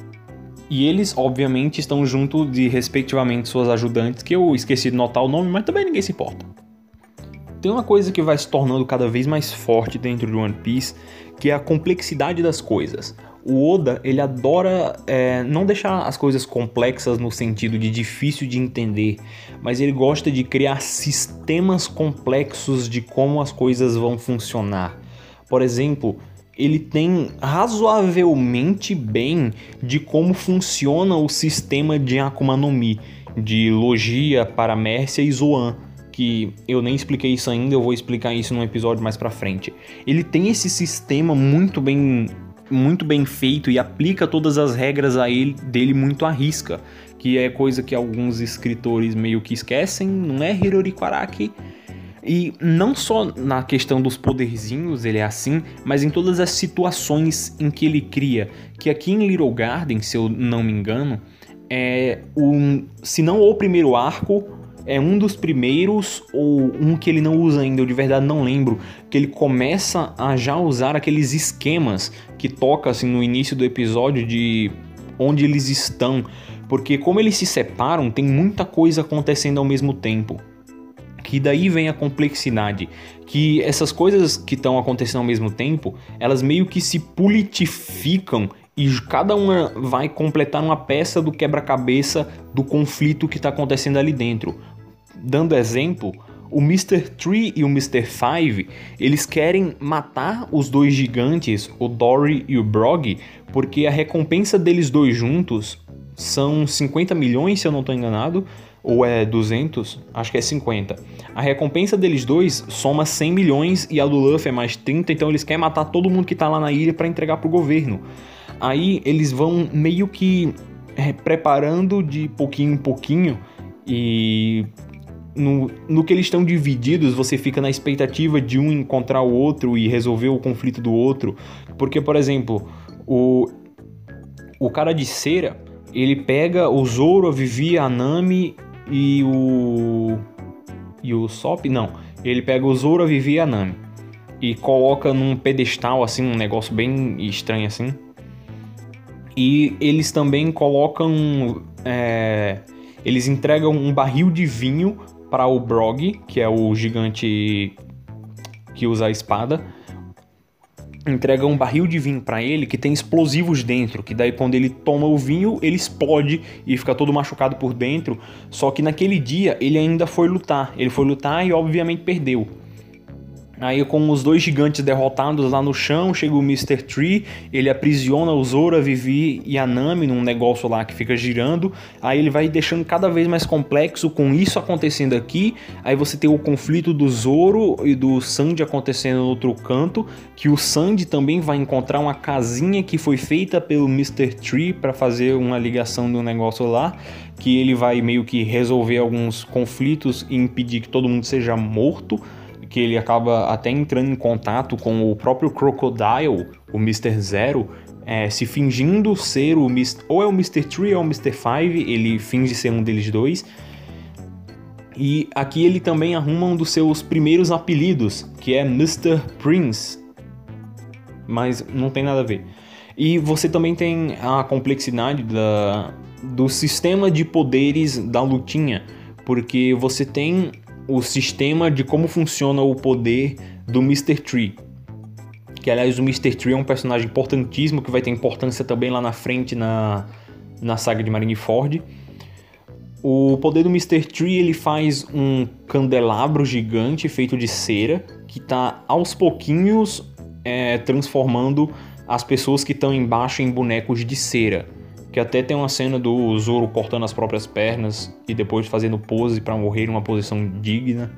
E eles, obviamente, estão junto de, respectivamente, suas ajudantes, que eu esqueci de notar o nome, mas também ninguém se importa. Tem uma coisa que vai se tornando cada vez mais forte dentro de One Piece, que é a complexidade das coisas. O Oda, ele adora é, não deixar as coisas complexas no sentido de difícil de entender, mas ele gosta de criar sistemas complexos de como as coisas vão funcionar. Por exemplo, ele tem razoavelmente bem de como funciona o sistema de Akuma no Mi, de Logia, Paramécia e Zoan. Que eu nem expliquei isso ainda, eu vou explicar isso num episódio mais pra frente. Ele tem esse sistema muito bem, muito bem feito e aplica todas as regras a ele, dele muito à risca, que é coisa que alguns escritores meio que esquecem, não é Hiroriko Araki? E não só na questão dos poderzinhos ele é assim, mas em todas as situações em que ele cria, que aqui em Little Garden, se eu não me engano, é um, se não o primeiro arco, é um dos primeiros, ou um que ele não usa ainda, eu de verdade não lembro, que ele começa a já usar aqueles esquemas que toca assim, no início do episódio de onde eles estão, porque como eles se separam, tem muita coisa acontecendo ao mesmo tempo. Que daí vem a complexidade, que essas coisas que estão acontecendo ao mesmo tempo, elas meio que se politificam e cada uma vai completar uma peça do quebra-cabeça do conflito que está acontecendo ali dentro. Dando exemplo, o mister Tree e o mister Five, eles querem matar os dois gigantes, o Dory e o Brogy, porque a recompensa deles dois juntos são cinquenta milhões, se eu não estou enganado, ou é duzentos? Acho que é cinquenta. A recompensa deles dois soma cem milhões e a do Luffy é mais trinta, então eles querem matar todo mundo que tá lá na ilha para entregar pro governo. Aí eles vão meio que é, preparando de pouquinho em pouquinho e no, no que eles estão divididos você fica na expectativa de um encontrar o outro e resolver o conflito do outro. Porque, por exemplo, o, o cara de cera, ele pega o Zoro, a Vivi, a Nami e o... E o Sop? Não. Ele pega o Zoro, a Vivi e a Nami e coloca num pedestal, assim, um negócio bem estranho, assim. E eles também colocam... É, eles entregam um barril de vinho para o Brog, que é o gigante que usa a espada. Entrega um barril de vinho para ele que tem explosivos dentro, que daí quando ele toma o vinho, ele explode e fica todo machucado por dentro. Só que naquele dia ele ainda foi lutar, ele foi lutar e obviamente perdeu. Aí com os dois gigantes derrotados lá no chão, chega o mister Tree, ele aprisiona o Zoro, a Vivi e a Nami num negócio lá que fica girando. Aí ele vai deixando cada vez mais complexo com isso acontecendo aqui. Aí você tem o conflito do Zoro e do Sanji acontecendo no outro canto, que o Sanji também vai encontrar uma casinha que foi feita pelo mister Tree para fazer uma ligação do negócio lá, que ele vai meio que resolver alguns conflitos e impedir que todo mundo seja morto, que ele acaba até entrando em contato com o próprio Crocodile, o mister Zero, é, se fingindo ser o mister ou é o mister Tree ou o mister Five, ele finge ser um deles dois. E aqui ele também arruma um dos seus primeiros apelidos, que é mister Prince, mas não tem nada a ver. E você também tem a complexidade da, do sistema de poderes da lutinha, porque você tem o sistema de como funciona o poder do mister Tree. Que, aliás, o mister Tree é um personagem importantíssimo, que vai ter importância também lá na frente na, na saga de Marineford. O poder do mister Tree, ele faz um candelabro gigante feito de cera, que está aos pouquinhos é, transformando as pessoas que estão embaixo em bonecos de cera. Que até tem uma cena do Zoro cortando as próprias pernas e depois fazendo pose para morrer em uma posição digna.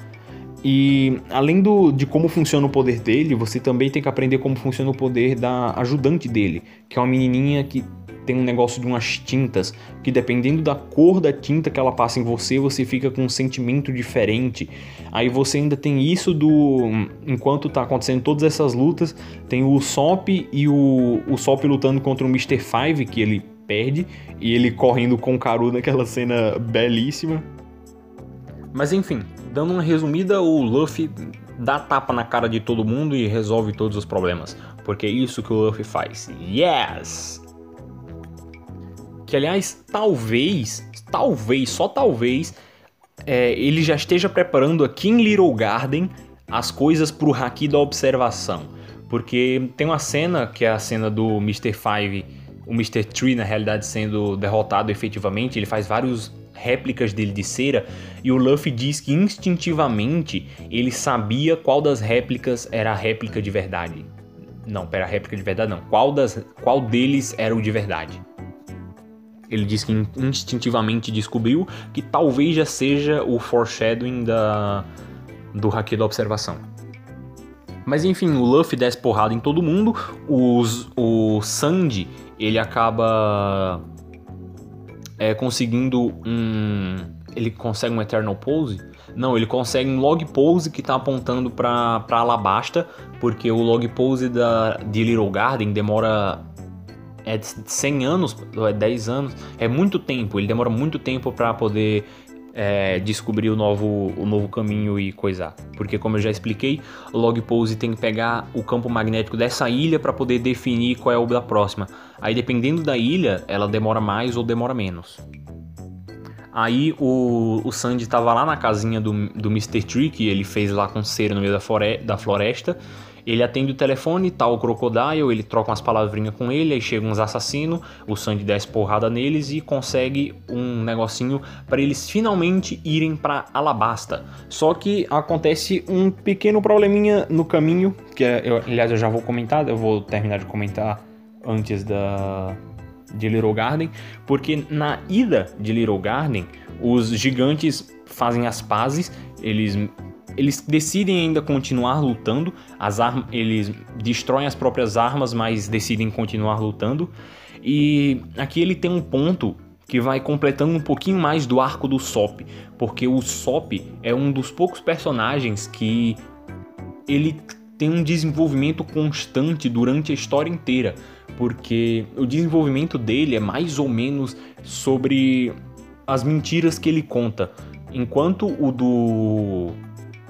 E além do, de como funciona o poder dele, você também tem que aprender como funciona o poder da ajudante dele, que é uma menininha que tem um negócio de umas tintas, que dependendo da cor da tinta que ela passa em você, você fica com um sentimento diferente. Aí você ainda tem isso do... Enquanto tá acontecendo todas essas lutas, tem o Usopp e o, o Usopp lutando contra o mister Five, que ele perde, e ele correndo com o Karu naquela cena belíssima. Mas enfim, dando uma resumida, o Luffy dá tapa na cara de todo mundo e resolve todos os problemas, porque é isso que o Luffy faz. Yes! Que, aliás, talvez, talvez, só talvez, é, ele já esteja preparando aqui em Little Garden as coisas pro Haki da observação. Porque tem uma cena, que é a cena do mister Five, o mister Tree, na realidade, sendo derrotado efetivamente. Ele faz várias réplicas dele de cera, e o Luffy diz que instintivamente ele sabia qual das réplicas era a réplica de verdade. Não, pera, a réplica de verdade não. Qual, das, qual deles era o de verdade. Ele diz que instintivamente descobriu que talvez já seja o foreshadowing da, do Haki da observação. Mas enfim, o Luffy desce porrada em todo mundo. Os, o Sanji, ele acaba é, conseguindo um... Ele consegue um Eternal Pose? Não, ele consegue um Log Pose que está apontando para Alabasta, porque o Log Pose da, de Little Garden demora... É de cem anos, é dez anos, é muito tempo, ele demora muito tempo para poder é, descobrir o novo, o novo caminho e coisar. Porque, como eu já expliquei, o Log Pose tem que pegar o campo magnético dessa ilha para poder definir qual é o da próxima. Aí, dependendo da ilha, ela demora mais ou demora menos. Aí o, o Sanji estava lá na casinha do, do mister Tree, que ele fez lá com cera no meio da, flore, da floresta. Ele atende o telefone, tá o Crocodile, ele troca umas palavrinhas com ele, aí chegam uns assassinos, o Sanji desce porrada neles e consegue um negocinho para eles finalmente irem para Alabasta. Só que acontece um pequeno probleminha no caminho, que é, eu, aliás eu já vou comentar, eu vou terminar de comentar antes da... de Little Garden, porque na ida de Little Garden, os gigantes fazem as pazes, eles, eles decidem ainda continuar lutando, as armas, eles destroem as próprias armas, mas decidem continuar lutando, e aqui ele tem um ponto que vai completando um pouquinho mais do arco do Usopp, porque o Usopp é um dos poucos personagens que ele tem um desenvolvimento constante durante a história inteira, porque o desenvolvimento dele é mais ou menos sobre as mentiras que ele conta, enquanto o do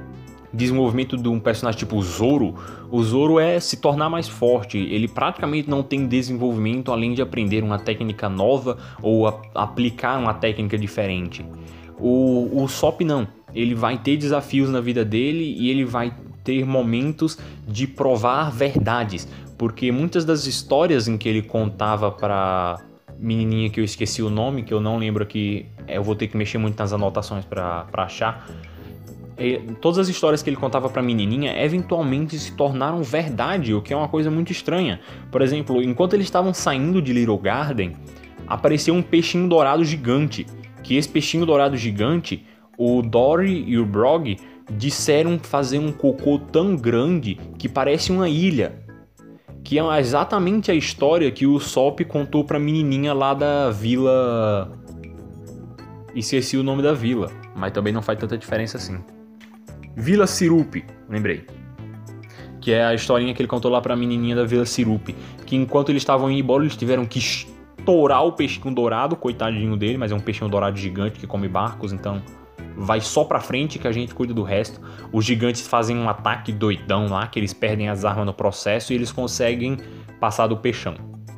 desenvolvimento de um personagem tipo o Zoro, o Zoro é se tornar mais forte. Ele praticamente não tem desenvolvimento além de aprender uma técnica nova ou a, aplicar uma técnica diferente. O, o Sop não, ele vai ter desafios na vida dele e ele vai ter momentos de provar verdades, porque muitas das histórias em que ele contava pra menininha que eu esqueci o nome, que eu não lembro aqui, eu vou ter que mexer muito nas anotações pra, pra achar. Todas as histórias que ele contava pra menininha eventualmente se tornaram verdade, o que é uma coisa muito estranha. Por exemplo, enquanto eles estavam saindo de Little Garden, apareceu um peixinho dourado gigante, que esse peixinho dourado gigante, o Dory e o Brog disseram fazer um cocô tão grande que parece uma ilha, que é exatamente a história que o Sop contou pra menininha lá da vila... Esqueci o nome da vila, mas também não faz tanta diferença assim. Vila Sirupe, lembrei. Que é a historinha que ele contou lá pra menininha da Vila Sirupe, que enquanto eles estavam indo embora, eles tiveram que estourar o peixinho dourado, coitadinho dele, mas é um peixinho dourado gigante que come barcos, então vai só pra frente que a gente cuida do resto. Os gigantes fazem um ataque doidão lá, que eles perdem as armas no processo e eles conseguem passar do peixão.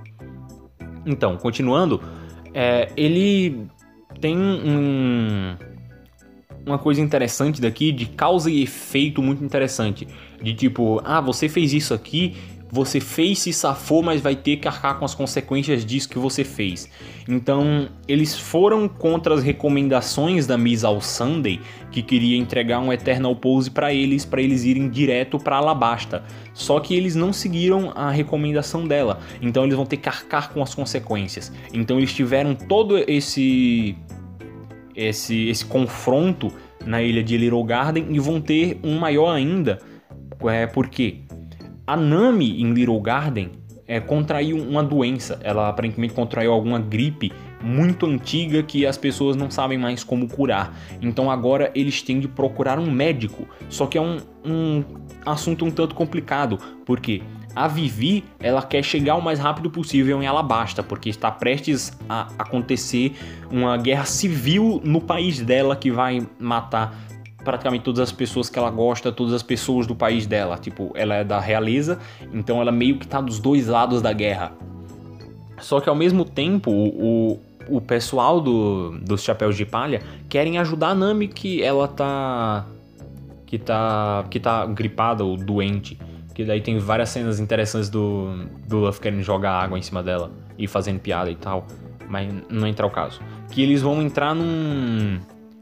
Então, continuando, é, ele tem um, uma coisa interessante daqui, de causa e efeito muito interessante. De tipo, ah, você fez isso aqui, você fez, se safou, mas vai ter que arcar com as consequências disso que você fez. Então, eles foram contra as recomendações da Miss All Sunday, que queria entregar um Eternal Pose para eles, para eles irem direto para Alabasta. Só que eles não seguiram a recomendação dela, então eles vão ter que arcar com as consequências. Então eles tiveram todo esse, esse, esse confronto na ilha de Little Garden e vão ter um maior ainda, é, porque a Nami em Little Garden é, contraiu uma doença. Ela aparentemente contraiu alguma gripe muito antiga que as pessoas não sabem mais como curar. Então agora eles têm de procurar um médico. Só que é um, um assunto um tanto complicado, porque a Vivi, ela quer chegar o mais rápido possível em Alabasta, porque está prestes a acontecer uma guerra civil no país dela que vai matar praticamente todas as pessoas que ela gosta, todas as pessoas do país dela. Tipo, ela é da realeza, então ela meio que tá dos dois lados da guerra. Só que ao mesmo tempo, o, o pessoal do, dos Chapéus de Palha querem ajudar a Nami, que ela tá... Que tá, que tá gripada ou doente. Que daí tem várias cenas interessantes do, do Luffy querendo jogar água em cima dela e fazendo piada e tal. Mas não entra o caso. Que eles vão entrar num...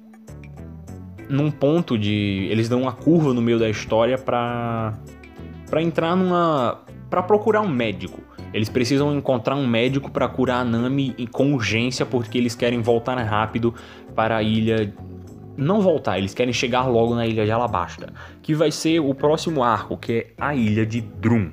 num ponto de... Eles dão uma curva no meio da história pra... Pra entrar numa... Pra procurar um médico. Eles precisam encontrar um médico pra curar a Nami com urgência, porque eles querem voltar rápido para a ilha... Não voltar, eles querem chegar logo na ilha de Alabasta, que vai ser o próximo arco, que é a ilha de Drum.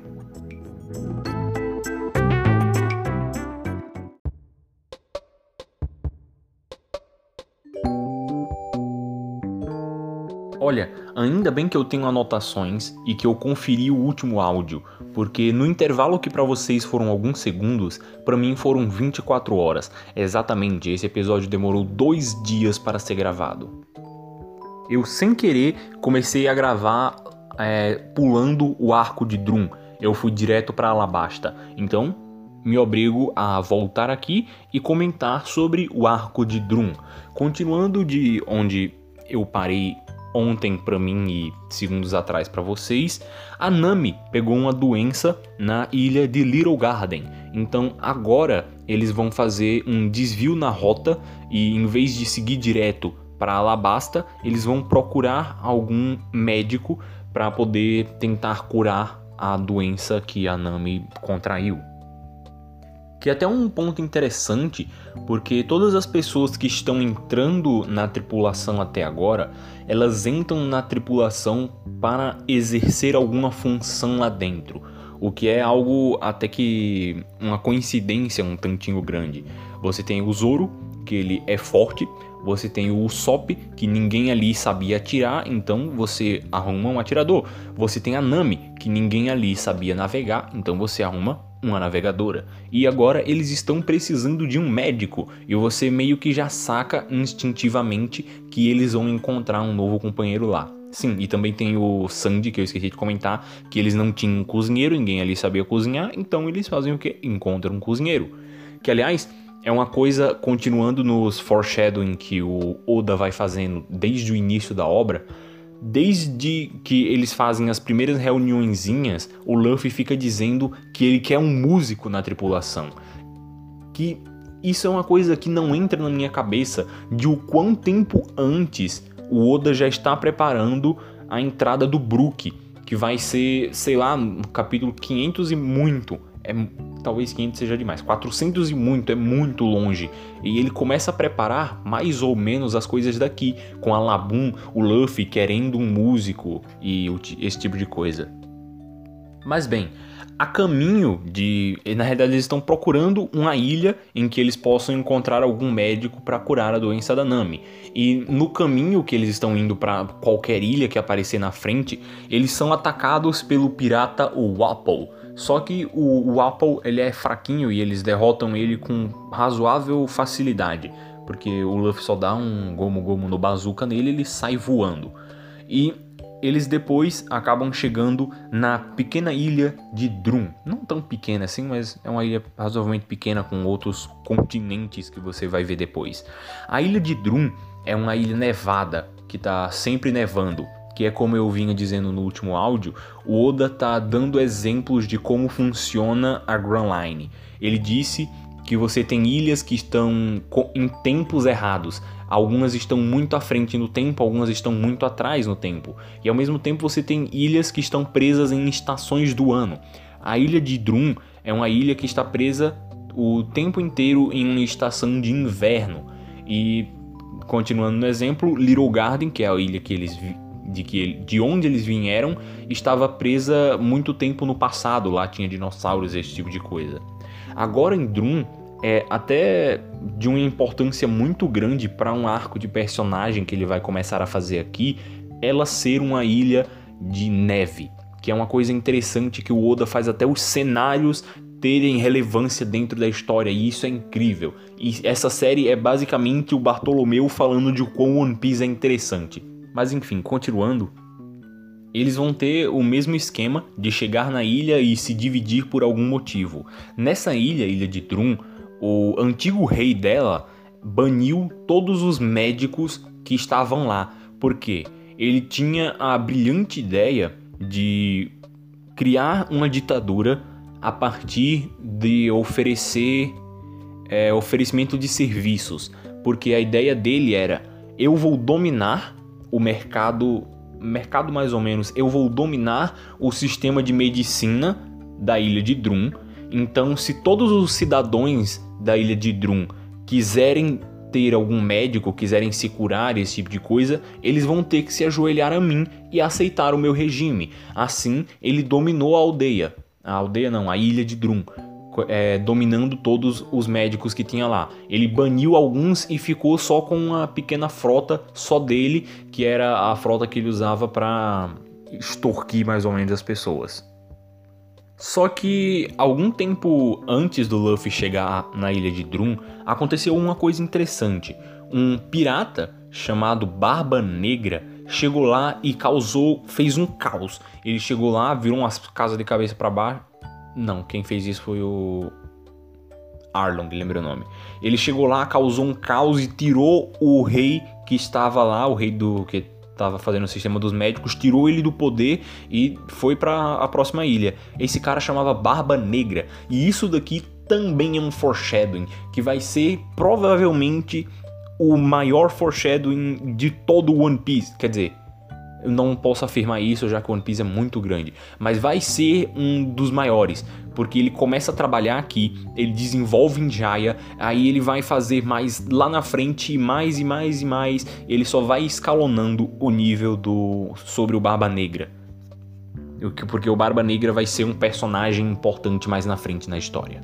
Olha, ainda bem que eu tenho anotações e que eu conferi o último áudio, porque no intervalo que para vocês foram alguns segundos, para mim foram vinte e quatro horas. Exatamente, esse episódio demorou dois dias para ser gravado. Eu, sem querer, comecei a gravar é, pulando o arco de Drum. Eu fui direto para Alabasta, então me obrigo a voltar aqui e comentar sobre o arco de Drum. Continuando de onde eu parei ontem para mim e segundos atrás para vocês, a Nami pegou uma doença na ilha de Little Garden. Então agora eles vão fazer um desvio na rota e, em vez de seguir direto para Alabasta, eles vão procurar algum médico para poder tentar curar a doença que a Nami contraiu. Que é até um ponto interessante, porque todas as pessoas que estão entrando na tripulação até agora, elas entram na tripulação para exercer alguma função lá dentro, o que é algo até que uma coincidência um tantinho grande. Você tem o Zoro, que ele é forte, você tem o Usopp, que ninguém ali sabia atirar, então você arruma um atirador. Você tem a Nami, que ninguém ali sabia navegar, então você arruma uma navegadora. E agora eles estão precisando de um médico, e você meio que já saca instintivamente que eles vão encontrar um novo companheiro lá. Sim, e também tem o Sandy, que eu esqueci de comentar, que eles não tinham um cozinheiro, ninguém ali sabia cozinhar, então eles fazem o quê? Encontram um cozinheiro. Que, aliás, é uma coisa, continuando nos foreshadowing que o Oda vai fazendo desde o início da obra, desde que eles fazem as primeiras reuniõezinhas, o Luffy fica dizendo que ele quer um músico na tripulação. Que isso é uma coisa que não entra na minha cabeça de o quão tempo antes o Oda já está preparando a entrada do Brook, que vai ser, sei lá, no capítulo quinhentos e muito. É, talvez quinhentos seja demais, quatrocentos e muito, é muito longe. E ele começa a preparar mais ou menos as coisas daqui, com a Laboon, o Luffy querendo um músico e esse tipo de coisa. Mas bem, a caminho de... Na realidade eles estão procurando uma ilha em que eles possam encontrar algum médico para curar a doença da Nami. E no caminho que eles estão indo para qualquer ilha que aparecer na frente, eles são atacados pelo pirata o Wapol. Só que o Wapol, ele é fraquinho e eles derrotam ele com razoável facilidade. Porque o Luffy só dá um gomu gomu no bazooka nele e ele sai voando. E eles depois acabam chegando na pequena ilha de Drum. Não tão pequena assim, mas é uma ilha razoavelmente pequena com outros continentes que você vai ver depois. A ilha de Drum é uma ilha nevada, que está sempre nevando. Que é como eu vinha dizendo no último áudio, o Oda tá dando exemplos de como funciona a Grand Line. Ele disse que você tem ilhas que estão em tempos errados. Algumas estão muito à frente no tempo, algumas estão muito atrás no tempo. E ao mesmo tempo você tem ilhas que estão presas em estações do ano. A ilha de Drum é uma ilha que está presa o tempo inteiro em uma estação de inverno. E, continuando no exemplo, Little Garden, que é a ilha que eles... De, que, de onde eles vieram, estava presa muito tempo no passado, lá tinha dinossauros, esse tipo de coisa. Agora em Drum é até de uma importância muito grande para um arco de personagem que ele vai começar a fazer aqui, ela ser uma ilha de neve, que é uma coisa interessante que o Oda faz até os cenários terem relevância dentro da história, e isso é incrível. E essa série é basicamente o Bartolomeu falando de como One Piece é interessante. Mas enfim, continuando, eles vão ter o mesmo esquema de chegar na ilha e se dividir por algum motivo. Nessa ilha, ilha de Drum, o antigo rei dela baniu todos os médicos que estavam lá. Por quê? Ele tinha a brilhante ideia de criar uma ditadura a partir de oferecer é, oferecimento de serviços. Porque a ideia dele era, eu vou dominar o mercado, mercado mais ou menos, eu vou dominar o sistema de medicina da ilha de Drum. Então, se todos os cidadãos da ilha de Drum quiserem ter algum médico, quiserem se curar, esse tipo de coisa, eles vão ter que se ajoelhar a mim e aceitar o meu regime. Assim, ele dominou a aldeia. A aldeia não, a ilha de Drum. É, dominando todos os médicos que tinha lá. Ele baniu alguns e ficou só com uma pequena frota só dele, que era a frota que ele usava para extorquir mais ou menos as pessoas. Só que algum tempo antes do Luffy chegar na ilha de Drum, aconteceu uma coisa interessante. Um pirata chamado Barba Negra chegou lá e causou, fez um caos. Ele chegou lá, virou umas casas de cabeça para baixo. Não, quem fez isso foi o Arlong, lembra o nome. Ele chegou lá, causou um caos e tirou o rei que estava lá, o rei do que estava fazendo o sistema dos médicos, tirou ele do poder e foi para a próxima ilha. Esse cara chamava Barba Negra. E isso daqui também é um foreshadowing, que vai ser provavelmente o maior foreshadowing de todo o One Piece. Quer dizer, eu não posso afirmar isso, já que o One Piece é muito grande, mas vai ser um dos maiores, porque ele começa a trabalhar aqui, ele desenvolve em Jaya, aí ele vai fazer mais lá na frente, mais e mais e mais, ele só vai escalonando o nível do sobre o Barba Negra, porque o Barba Negra vai ser um personagem importante mais na frente na história.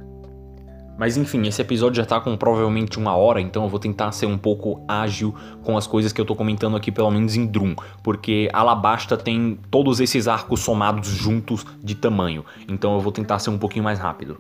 Mas enfim, esse episódio já tá com provavelmente uma hora, então eu vou tentar ser um pouco ágil com as coisas que eu tô comentando aqui, pelo menos em Drum, porque Alabasta tem todos esses arcos somados juntos de tamanho, então eu vou tentar ser um pouquinho mais rápido.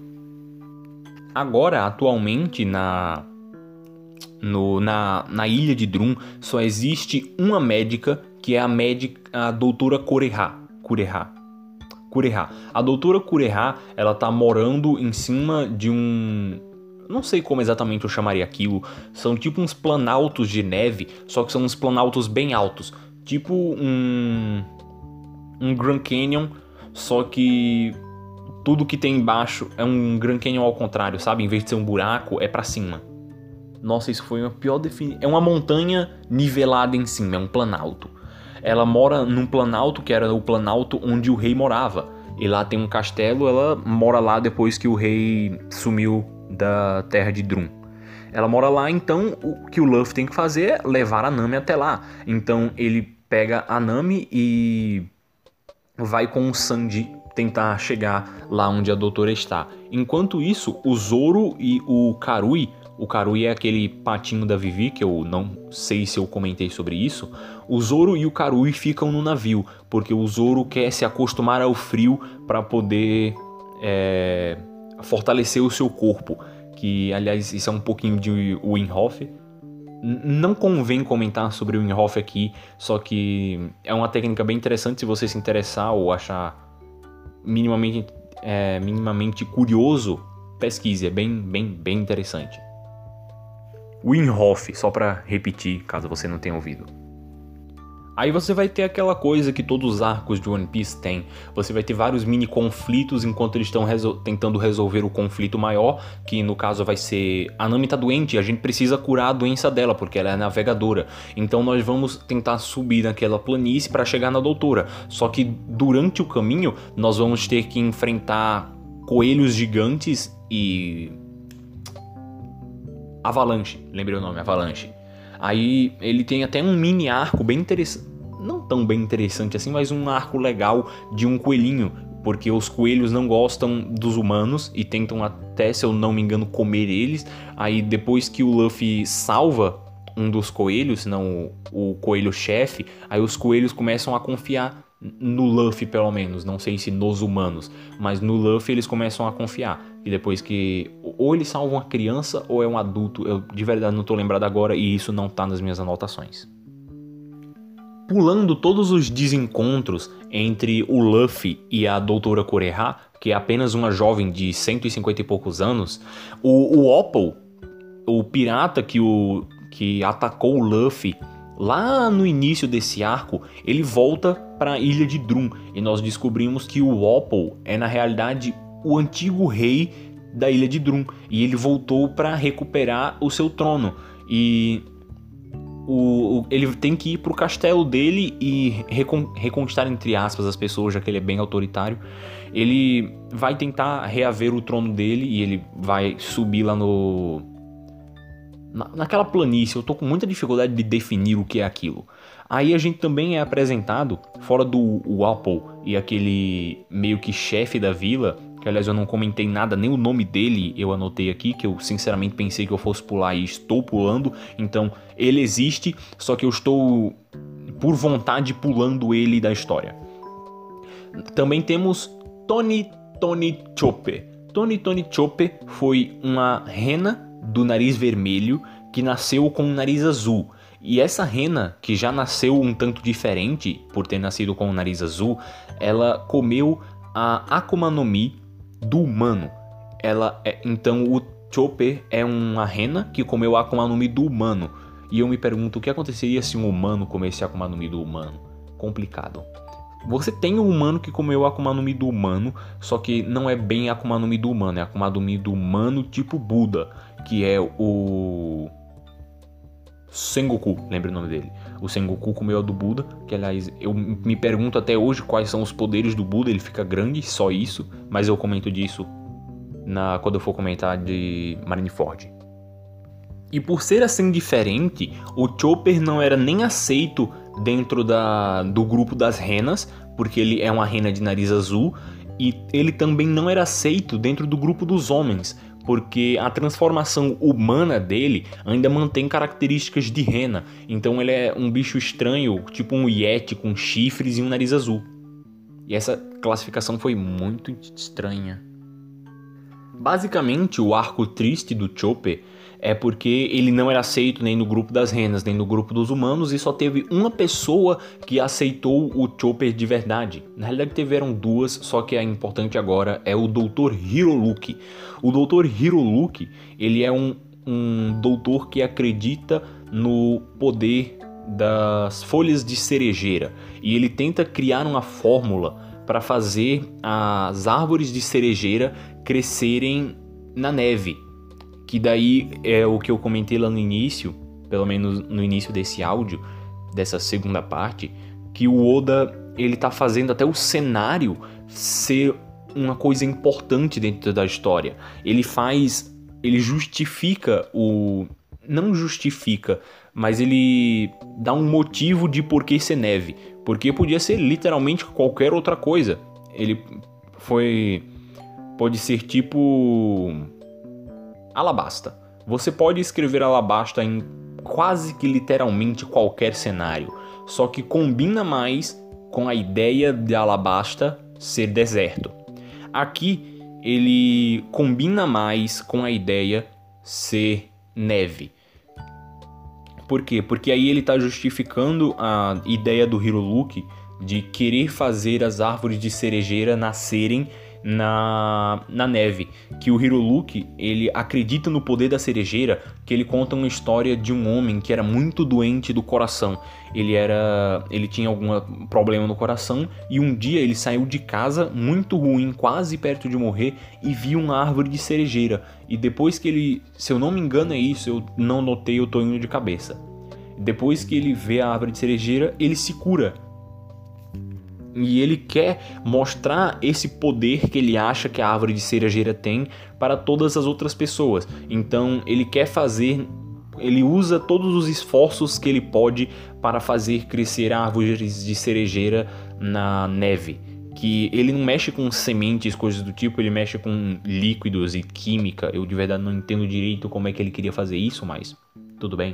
Agora, atualmente, na, no, na, na ilha de Drum, só existe uma médica que é a médica, a doutora Kureha. Kureha. Kureha. A doutora Kureha, ela tá morando em cima de um... Não sei como exatamente eu chamaria aquilo. São tipo uns planaltos de neve, só que são uns planaltos bem altos. Tipo um... Um Grand Canyon, só que... Tudo que tem embaixo é um Grand Canyon ao contrário, sabe? Em vez de ser um buraco, é pra cima. Nossa, isso foi uma pior definição. É uma montanha nivelada em cima, é um planalto. Ela mora num planalto que era o planalto onde o rei morava. E lá tem um castelo, ela mora lá depois que o rei sumiu da terra de Drum. Ela mora lá, então o que o Luffy tem que fazer é levar a Nami até lá. Então ele pega a Nami e vai com o Sanji tentar chegar lá onde a doutora está. Enquanto isso, o Zoro e o Karui... O Karui é aquele patinho da Vivi, que eu não sei se eu comentei sobre isso. O Zoro e o Karui ficam no navio, porque o Zoro quer se acostumar ao frio para poder é, fortalecer o seu corpo. Que, aliás, isso é um pouquinho de Winghoff. Não convém comentar sobre o Winghoff aqui, só que é uma técnica bem interessante se você se interessar ou achar minimamente, é, minimamente curioso. Pesquise, é bem, bem, bem interessante. Winghoff, só pra repetir, caso você não tenha ouvido. Aí você vai ter aquela coisa que todos os arcos de One Piece têm. Você vai ter vários mini conflitos enquanto eles estão resol- tentando resolver o conflito maior, que no caso vai ser... A Nami tá doente e a gente precisa curar a doença dela, porque ela é navegadora. Então nós vamos tentar subir naquela planície para chegar na doutora. Só que durante o caminho, nós vamos ter que enfrentar coelhos gigantes e... Avalanche, lembrei o nome, Avalanche. Aí ele tem até um mini arco bem interessante, não tão bem interessante assim, mas um arco legal de um coelhinho, porque os coelhos não gostam dos humanos e tentam até, se eu não me engano, comer eles. Aí depois que o Luffy salva um dos coelhos, não o coelho chefe, aí os coelhos começam a confiar no Luffy, pelo menos, não sei se nos humanos, mas no Luffy eles começam a confiar. E depois que ou eles salvam uma criança ou é um adulto, eu de verdade não tô lembrado agora e isso não tá nas minhas anotações. Pulando todos os desencontros entre o Luffy e a doutora Kureha, que é apenas uma jovem de cento e cinquenta e poucos anos, o, o Opal, o pirata que, o, que atacou o Luffy lá no início desse arco, ele volta para a ilha de Drum e nós descobrimos que o Opal é na realidade o antigo rei da ilha de Drum e ele voltou para recuperar o seu trono e o, o, ele tem que ir pro castelo dele e recon, reconquistar entre aspas as pessoas, já que ele é bem autoritário. Ele vai tentar reaver o trono dele e ele vai subir lá no... Na, naquela planície. Eu tô com muita dificuldade de definir o que é aquilo. Aí a gente também é apresentado, fora do Apple e aquele meio que chefe da vila, que aliás eu não comentei nada, nem o nome dele eu anotei aqui, que eu sinceramente pensei que eu fosse pular e estou pulando. Então ele existe, só que eu estou por vontade pulando ele da história. Também temos Tony Tony Chopper. Tony Tony Chopper foi uma rena do nariz vermelho que nasceu com o nariz azul. E essa rena, que já nasceu um tanto diferente por ter nascido com o nariz azul, ela comeu a Akuma no Mi do humano. Ela é, então o Chopper é uma rena que comeu a Akuma no Mi do humano. E eu me pergunto o que aconteceria se um humano comesse a Akuma no Mi do humano. Complicado. Você tem um humano que comeu a Akuma no Mi do humano, só que não é bem a Akuma no Mi do humano, é a Akuma no Mi do humano tipo Buda, que é o Sengoku, lembra o nome dele. O Sengoku comeu a do Buda, que aliás eu me pergunto até hoje quais são os poderes do Buda, ele fica grande, só isso, mas eu comento disso na, quando eu for comentar de Marineford. E por ser assim diferente, o Chopper não era nem aceito dentro da, do grupo das renas, porque ele é uma rena de nariz azul, e ele também não era aceito dentro do grupo dos homens, porque a transformação humana dele ainda mantém características de rena. Então ele é um bicho estranho, tipo um yeti com chifres e um nariz azul. E essa classificação foi muito estranha. Basicamente, o arco triste do Chopper é porque ele não era aceito nem no grupo das renas, nem no grupo dos humanos, e só teve uma pessoa que aceitou o Chopper de verdade. Na realidade, tiveram duas, só que a importante agora é o doutor Hiroluki. O doutor Hiroluki, ele é um, um doutor que acredita no poder das folhas de cerejeira, e ele tenta criar uma fórmula para fazer as árvores de cerejeira crescerem na neve, que daí é o que eu comentei lá no início, pelo menos no início desse áudio, dessa segunda parte, que o Oda, ele tá fazendo até o cenário ser uma coisa importante dentro da história. Ele faz, ele justifica o... não justifica, mas ele dá um motivo de por que ser neve, porque podia ser literalmente qualquer outra coisa. Ele foi... pode ser tipo... Alabasta. Você pode escrever Alabasta em quase que literalmente qualquer cenário, só que combina mais com a ideia de Alabasta ser deserto. Aqui ele combina mais com a ideia ser neve. Por quê? Porque aí ele está justificando a ideia do Hiroluki de querer fazer as árvores de cerejeira nascerem na, na neve. Que o Hiroluki, ele acredita no poder da cerejeira, que ele conta uma história de um homem que era muito doente do coração. Ele era, ele tinha algum problema no coração e um dia ele saiu de casa muito ruim, quase perto de morrer, e viu uma árvore de cerejeira. E depois que ele, se eu não me engano é isso, eu não notei, eu tô indo de cabeça. Depois que ele vê a árvore de cerejeira, ele se cura. E ele quer mostrar esse poder que ele acha que a árvore de cerejeira tem para todas as outras pessoas. Então ele quer fazer, ele usa todos os esforços que ele pode para fazer crescer árvores de cerejeira na neve. Que ele não mexe com sementes, coisas do tipo, ele mexe com líquidos e química. Eu de verdade não entendo direito como é que ele queria fazer isso, mas tudo bem.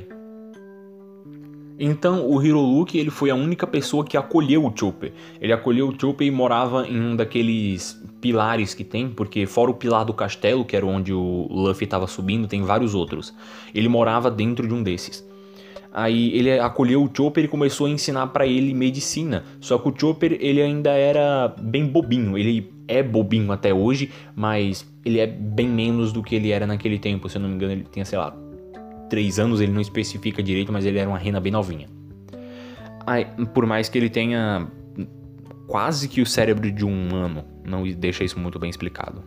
Então o Hiroluki, ele foi a única pessoa que acolheu o Chopper. Ele acolheu o Chopper e morava em um daqueles pilares que tem, porque fora o pilar do castelo, que era onde o Luffy estava subindo, tem vários outros. Ele morava dentro de um desses. Aí ele acolheu o Chopper e começou a ensinar para ele medicina. Só que o Chopper, ele ainda era bem bobinho. Ele é bobinho até hoje, mas ele é bem menos do que ele era naquele tempo. Se eu não me engano, ele tinha, sei lá, três anos, ele não especifica direito, mas ele era uma rena bem novinha. Aí, por mais que ele tenha quase que o cérebro de um humano, não deixa isso muito bem explicado.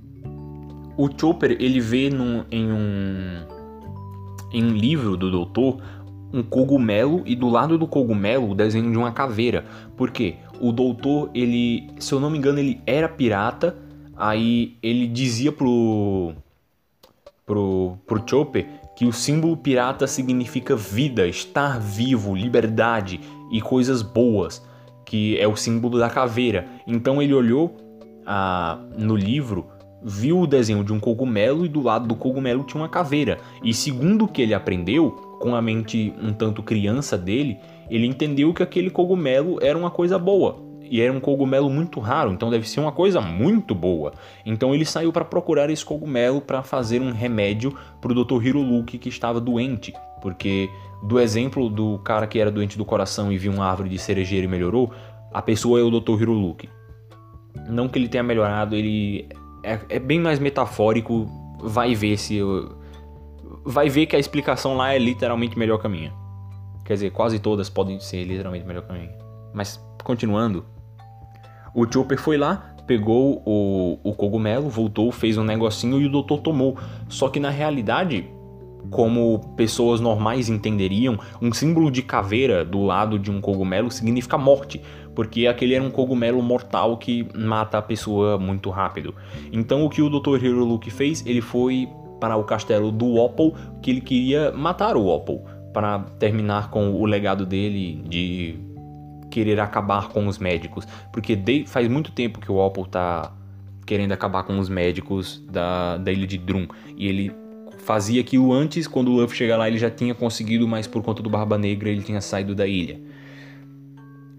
O Chopper, ele vê num, em, um, em um livro do doutor um cogumelo, e do lado do cogumelo o desenho de uma caveira. Por quê? O doutor, ele, se eu não me engano, ele era pirata. Aí ele dizia pro, pro, pro Chopper que o símbolo pirata significa vida, estar vivo, liberdade e coisas boas, que é o símbolo da caveira. Então ele olhou ah, no livro, viu o desenho de um cogumelo e do lado do cogumelo tinha uma caveira. E segundo o que ele aprendeu, com a mente um tanto criança dele, ele entendeu que aquele cogumelo era uma coisa boa. E era um cogumelo muito raro, então deve ser uma coisa muito boa. Então ele saiu para procurar esse cogumelo para fazer um remédio para o doutor Hiroluki, que estava doente. Porque do exemplo do cara que era doente do coração e viu uma árvore de cerejeira e melhorou, a pessoa é o doutor Hiroluki. Não que ele tenha melhorado, ele é, é bem mais metafórico. Vai ver se eu... vai ver que a explicação lá é literalmente melhor que a minha. Quer dizer, quase todas podem ser literalmente melhor que a minha. Mas continuando, o Chopper foi lá, pegou o, o cogumelo, voltou, fez um negocinho e o doutor tomou. Só que na realidade, como pessoas normais entenderiam, um símbolo de caveira do lado de um cogumelo significa morte, porque aquele era um cogumelo mortal que mata a pessoa muito rápido. Então o que o doutor Hiroluki fez? Ele foi para o castelo do Wapol, que ele queria matar o Wapol, para terminar com o legado dele de querer acabar com os médicos, porque de, faz muito tempo que o Wapol tá querendo acabar com os médicos da, da ilha de Drum, e ele fazia aquilo antes. Quando o Luffy chega lá ele já tinha conseguido, mas por conta do Barba Negra ele tinha saído da ilha.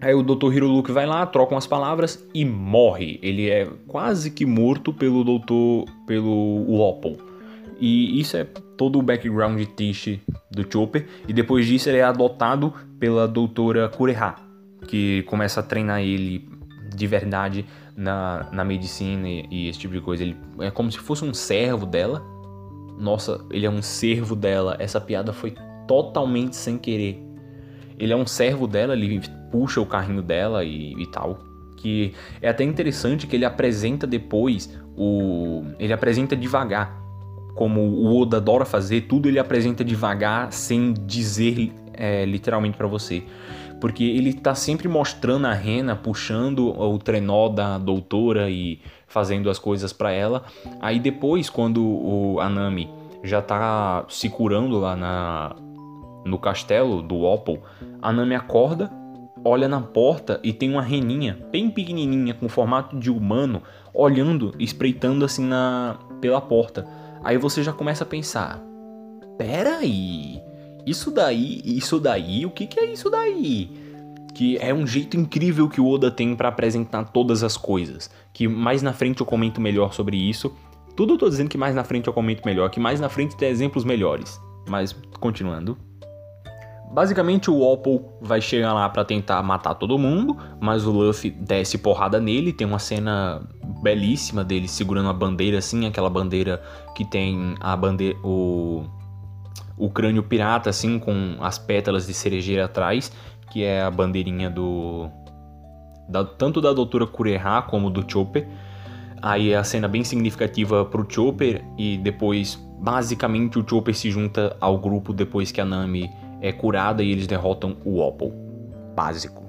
Aí o doutor Hiroluke vai lá, troca umas palavras e morre. Ele é quase que morto pelo doutor, pelo Wapol. E isso é todo o background triste do Chopper. E depois disso ele é adotado pela doutora Kureha, que começa a treinar ele de verdade na, na medicina e, e esse tipo de coisa. Ele é como se fosse um servo dela. Nossa, ele é um servo dela. Essa piada foi totalmente sem querer. Ele é um servo dela, ele puxa o carrinho dela e, e tal. Que é até interessante que ele apresenta depois o... Ele apresenta devagar. Como o Oda adora fazer, tudo ele apresenta devagar, sem dizer é, literalmente pra você. Porque ele tá sempre mostrando a Rena, puxando o trenó da doutora e fazendo as coisas pra ela. Aí depois, quando o Anami já tá se curando lá na... no castelo do Wapol, a Nami acorda, olha na porta e tem uma reninha bem pequenininha com formato de humano olhando, espreitando assim na pela porta. Aí você já começa a pensar: pera aí, isso daí, isso daí, o que que é isso daí? Que é um jeito incrível que o Oda tem pra apresentar todas as coisas. Que mais na frente eu comento melhor sobre isso. Tudo eu tô dizendo que mais na frente eu comento melhor, que mais na frente tem exemplos melhores. Mas continuando. Basicamente o Wapol vai chegar lá pra tentar matar todo mundo, mas o Luffy desce porrada nele. Tem uma cena belíssima dele segurando a bandeira assim, aquela bandeira que tem a bandeira, o, o crânio pirata assim, com as pétalas de cerejeira atrás, que é a bandeirinha do da, tanto da doutora Kureha como do Chopper. Aí é a cena bem significativa pro Chopper, e depois basicamente o Chopper se junta ao grupo depois que a Nami é curada e eles derrotam o Wapol. Básico.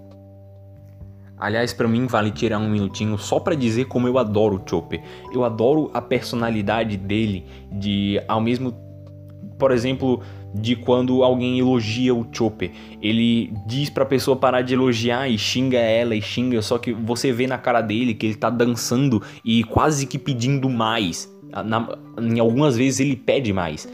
Aliás, pra mim vale tirar um minutinho só pra dizer como eu adoro o Chopper. Eu adoro a personalidade dele, de ao mesmo... Por exemplo, de quando alguém elogia o Chopper. Ele diz pra pessoa parar de elogiar e xinga ela e xinga, só que você vê na cara dele que ele tá dançando e quase que pedindo mais. Na, em algumas vezes ele pede mais.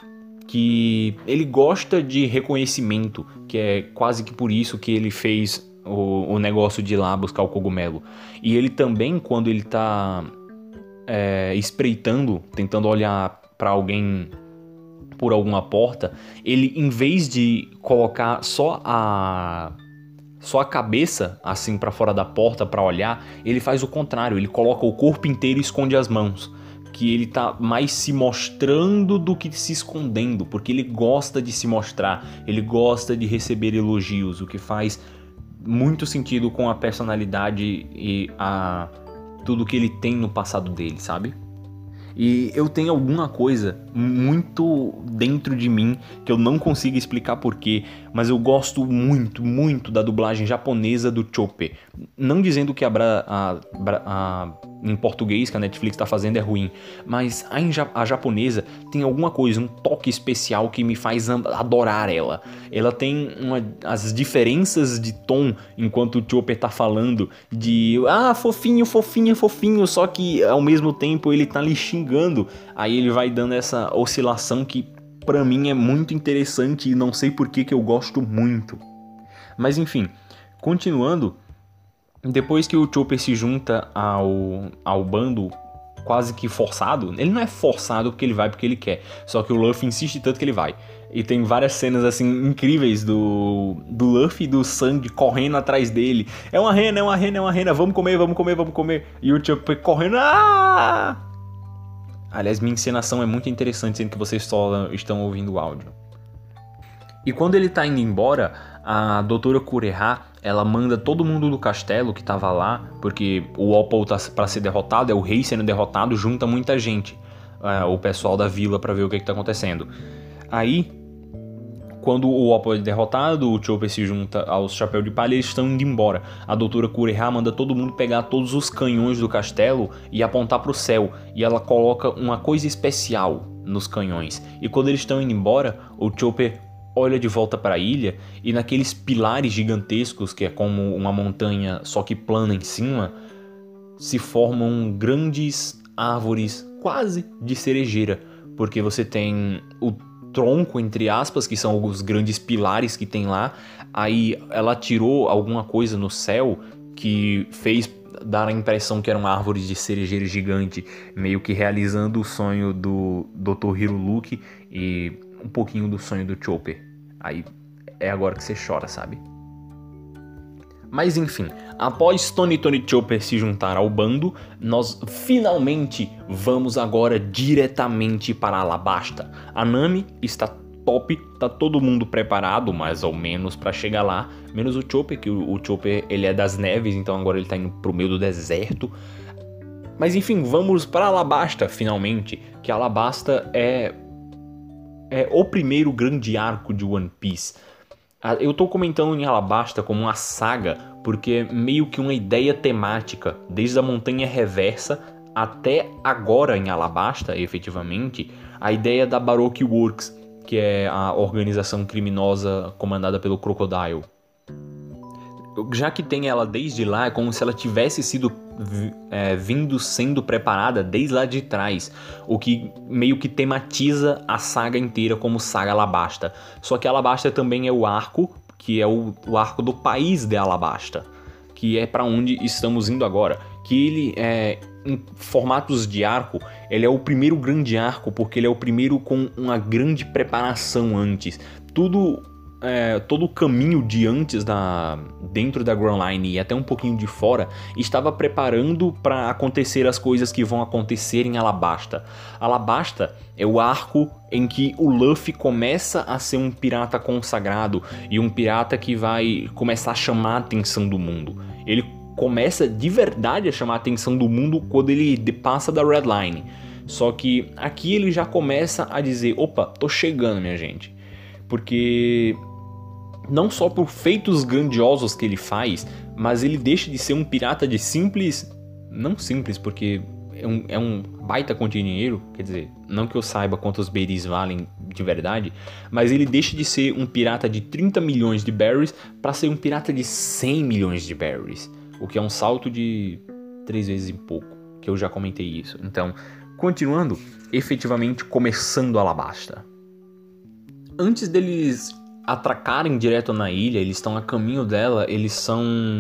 Que ele gosta de reconhecimento, que é quase que por isso que ele fez o, o negócio de ir lá buscar o cogumelo. E ele também, quando ele tá é, espreitando, tentando olhar pra alguém por alguma porta, ele, em vez de colocar só a só a cabeça assim pra fora da porta pra olhar, ele faz o contrário, ele coloca o corpo inteiro e esconde as mãos. Que ele tá mais se mostrando do que se escondendo, porque ele gosta de se mostrar, ele gosta de receber elogios, o que faz muito sentido com a personalidade e a tudo que ele tem no passado dele, sabe? E eu tenho alguma coisa muito dentro de mim que eu não consigo explicar porquê, mas eu gosto muito, muito da dublagem japonesa do Chopper. Não dizendo que a, a, a, em português que a Netflix está fazendo é ruim, mas a, a japonesa tem alguma coisa, um toque especial que me faz adorar ela. Ela tem uma, as diferenças de tom enquanto o Chopper tá falando, de ah, fofinho, fofinho, fofinho, só que ao mesmo tempo ele tá lhe xingando. Aí ele vai dando essa oscilação que pra mim é muito interessante e não sei por que que eu gosto muito. Mas enfim, continuando, depois que o Chopper se junta ao, ao bando quase que forçado, ele não é forçado porque ele vai porque ele quer, só que o Luffy insiste tanto que ele vai. E tem várias cenas assim incríveis do, do Luffy e do Sandy correndo atrás dele. É uma rena, é uma rena, é uma rena, vamos comer, vamos comer, vamos comer. E o Chopper correndo, ah! Aliás, minha encenação é muito interessante, sendo que vocês só estão ouvindo o áudio. E quando ele tá indo embora, a doutora Kureha, ela manda todo mundo do castelo que tava lá, porque o Wapol tá pra ser derrotado, é o rei sendo derrotado, junta muita gente, é, o pessoal da vila pra ver o que que tá acontecendo. Aí, quando o Wapol é derrotado, o Chopper se junta aos Chapéus de Palha e eles estão indo embora. A doutora Kureha manda todo mundo pegar todos os canhões do castelo e apontar pro céu. E ela coloca uma coisa especial nos canhões. E quando eles estão indo embora, o Chopper olha de volta para a ilha e naqueles pilares gigantescos, que é como uma montanha só que plana em cima, se formam grandes árvores quase de cerejeira. Porque você tem o tronco, entre aspas, que são os grandes pilares que tem lá. Aí ela tirou alguma coisa no céu que fez dar a impressão que eram árvores de cerejeira gigante, meio que realizando o sonho do doutor Hiruluki e um pouquinho do sonho do Chopper. Aí é agora que você chora, sabe? Mas enfim, após Tony, Tony e Chopper se juntar ao bando, nós finalmente vamos agora diretamente para Alabasta. A Nami está top, tá todo mundo preparado, mais ou menos, para chegar lá, menos o Chopper, que o, o Chopper ele é das neves, então agora ele tá indo pro meio do deserto. Mas enfim, vamos para Alabasta finalmente, que Alabasta é, é o primeiro grande arco de One Piece. Eu tô comentando em Alabasta como uma saga, porque é meio que uma ideia temática, desde a Montanha Reversa até agora em Alabasta, efetivamente, a ideia da Baroque Works, que é a organização criminosa comandada pelo Crocodile. Já que tem ela desde lá, é como se ela tivesse sido é, vindo sendo preparada desde lá de trás, o que meio que tematiza a saga inteira como saga Alabasta. Só que Alabasta também é o arco, que é o, o arco do país de Alabasta, que é para onde estamos indo agora. Que ele é, em formatos de arco, ele é o primeiro grande arco, porque ele é o primeiro com uma grande preparação antes. Tudo... É, todo o caminho de antes da, dentro da Grand Line e até um pouquinho de fora estava preparando para acontecer as coisas que vão acontecer em Alabasta. Alabasta é o arco em que o Luffy começa a ser um pirata consagrado e um pirata que vai começar a chamar a atenção do mundo. Ele começa de verdade a chamar a atenção do mundo quando ele passa da Red Line. Só que aqui ele já começa a dizer, opa, tô chegando, minha gente. Porque... não só por feitos grandiosos que ele faz, mas ele deixa de ser um pirata de simples... Não simples, porque é um, é um baita quanto de dinheiro, quer dizer, não que eu saiba quantos berries valem de verdade, mas ele deixa de ser um pirata de trinta milhões de berries para ser um pirata de cem milhões de berries, o que é um salto de três vezes em pouco, que eu já comentei isso. Então, continuando, efetivamente começando Alabasta. Antes deles... atracarem direto na ilha, eles estão a caminho dela, eles são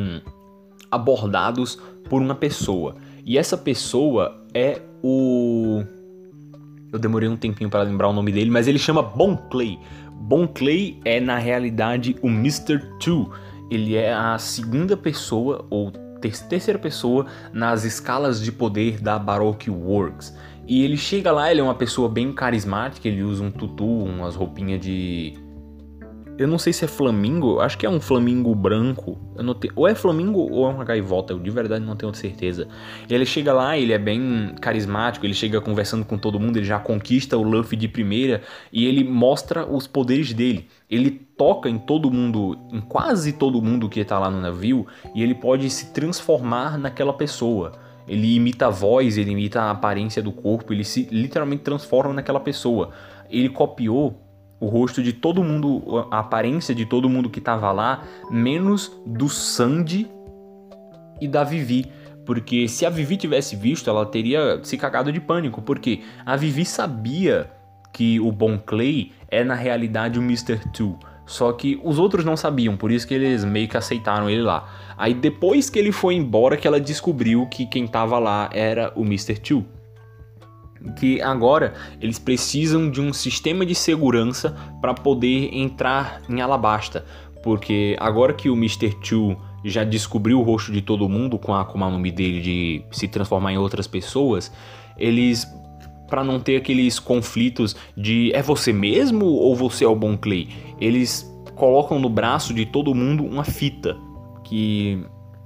abordados por uma pessoa. E essa pessoa é o... eu demorei um tempinho para lembrar o nome dele, mas ele chama Bon Clay. Bon Clay é, na realidade, o mister Two. Ele é a segunda pessoa, ou ter- terceira pessoa, nas escalas de poder da Baroque Works. E ele chega lá, ele é uma pessoa bem carismática, ele usa um tutu, umas roupinhas de... eu não sei se é flamingo, acho que é um flamingo branco. Eu não tenho, ou é flamingo ou é uma gaivota, eu de verdade não tenho certeza. E ele chega lá, ele é bem carismático, ele chega conversando com todo mundo, ele já conquista o Luffy de primeira e ele mostra os poderes dele. Ele toca em todo mundo, em quase todo mundo que tá lá no navio, e ele pode se transformar naquela pessoa. Ele imita a voz, ele imita a aparência do corpo, ele se literalmente transforma naquela pessoa. Ele copiou o rosto de todo mundo, a aparência de todo mundo que tava lá, menos do Sandy e da Vivi. Porque se a Vivi tivesse visto, ela teria se cagado de pânico. Porque a Vivi sabia que o Bon Clay é na realidade o mister Two. Só que os outros não sabiam, por isso que eles meio que aceitaram ele lá. Aí depois que ele foi embora que ela descobriu que quem tava lá era o mister Two. Que agora eles precisam de um sistema de segurança para poder entrar em Alabasta. Porque agora que o mister Two já descobriu o rosto de todo mundo com a Akuma no Mi dele de se transformar em outras pessoas, eles, para não ter aqueles conflitos de é você mesmo ou você é o Bon Clay, eles colocam no braço de todo mundo uma fita. Que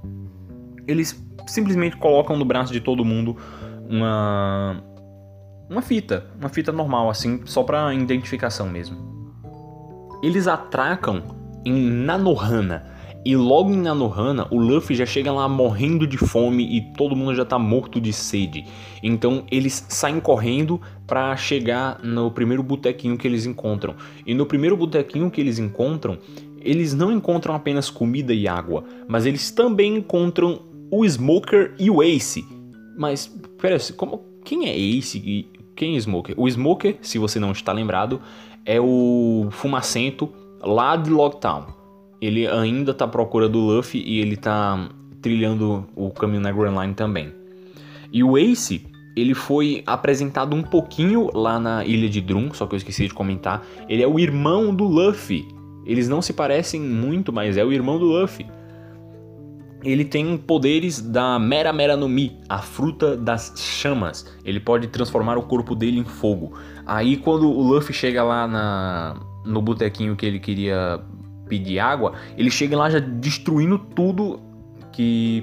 eles simplesmente colocam no braço de todo mundo uma... Uma fita, uma fita normal, assim, só pra identificação mesmo. Eles atracam em Nanohana. E logo em Nanohana, o Luffy já chega lá morrendo de fome e todo mundo já tá morto de sede. Então eles saem correndo pra chegar no primeiro botequinho que eles encontram. E no primeiro botequinho que eles encontram, eles não encontram apenas comida e água, mas eles também encontram o Smoker e o Ace. Mas, pera, como... quem é Ace? Quem é Smoker? O Smoker, se você não está lembrado, é o fumacento lá de Loguetown. Ele ainda tá à procura do Luffy e ele tá trilhando o caminho na Grand Line também. E o Ace, ele foi apresentado um pouquinho lá na Ilha de Drum, só que eu esqueci de comentar. Ele é o irmão do Luffy. Eles não se parecem muito, mas é o irmão do Luffy. Ele tem poderes da Mera Mera no Mi, a fruta das chamas. Ele pode transformar o corpo dele em fogo. Aí quando o Luffy chega lá na, no botequinho que ele queria pedir água, ele chega lá já destruindo tudo que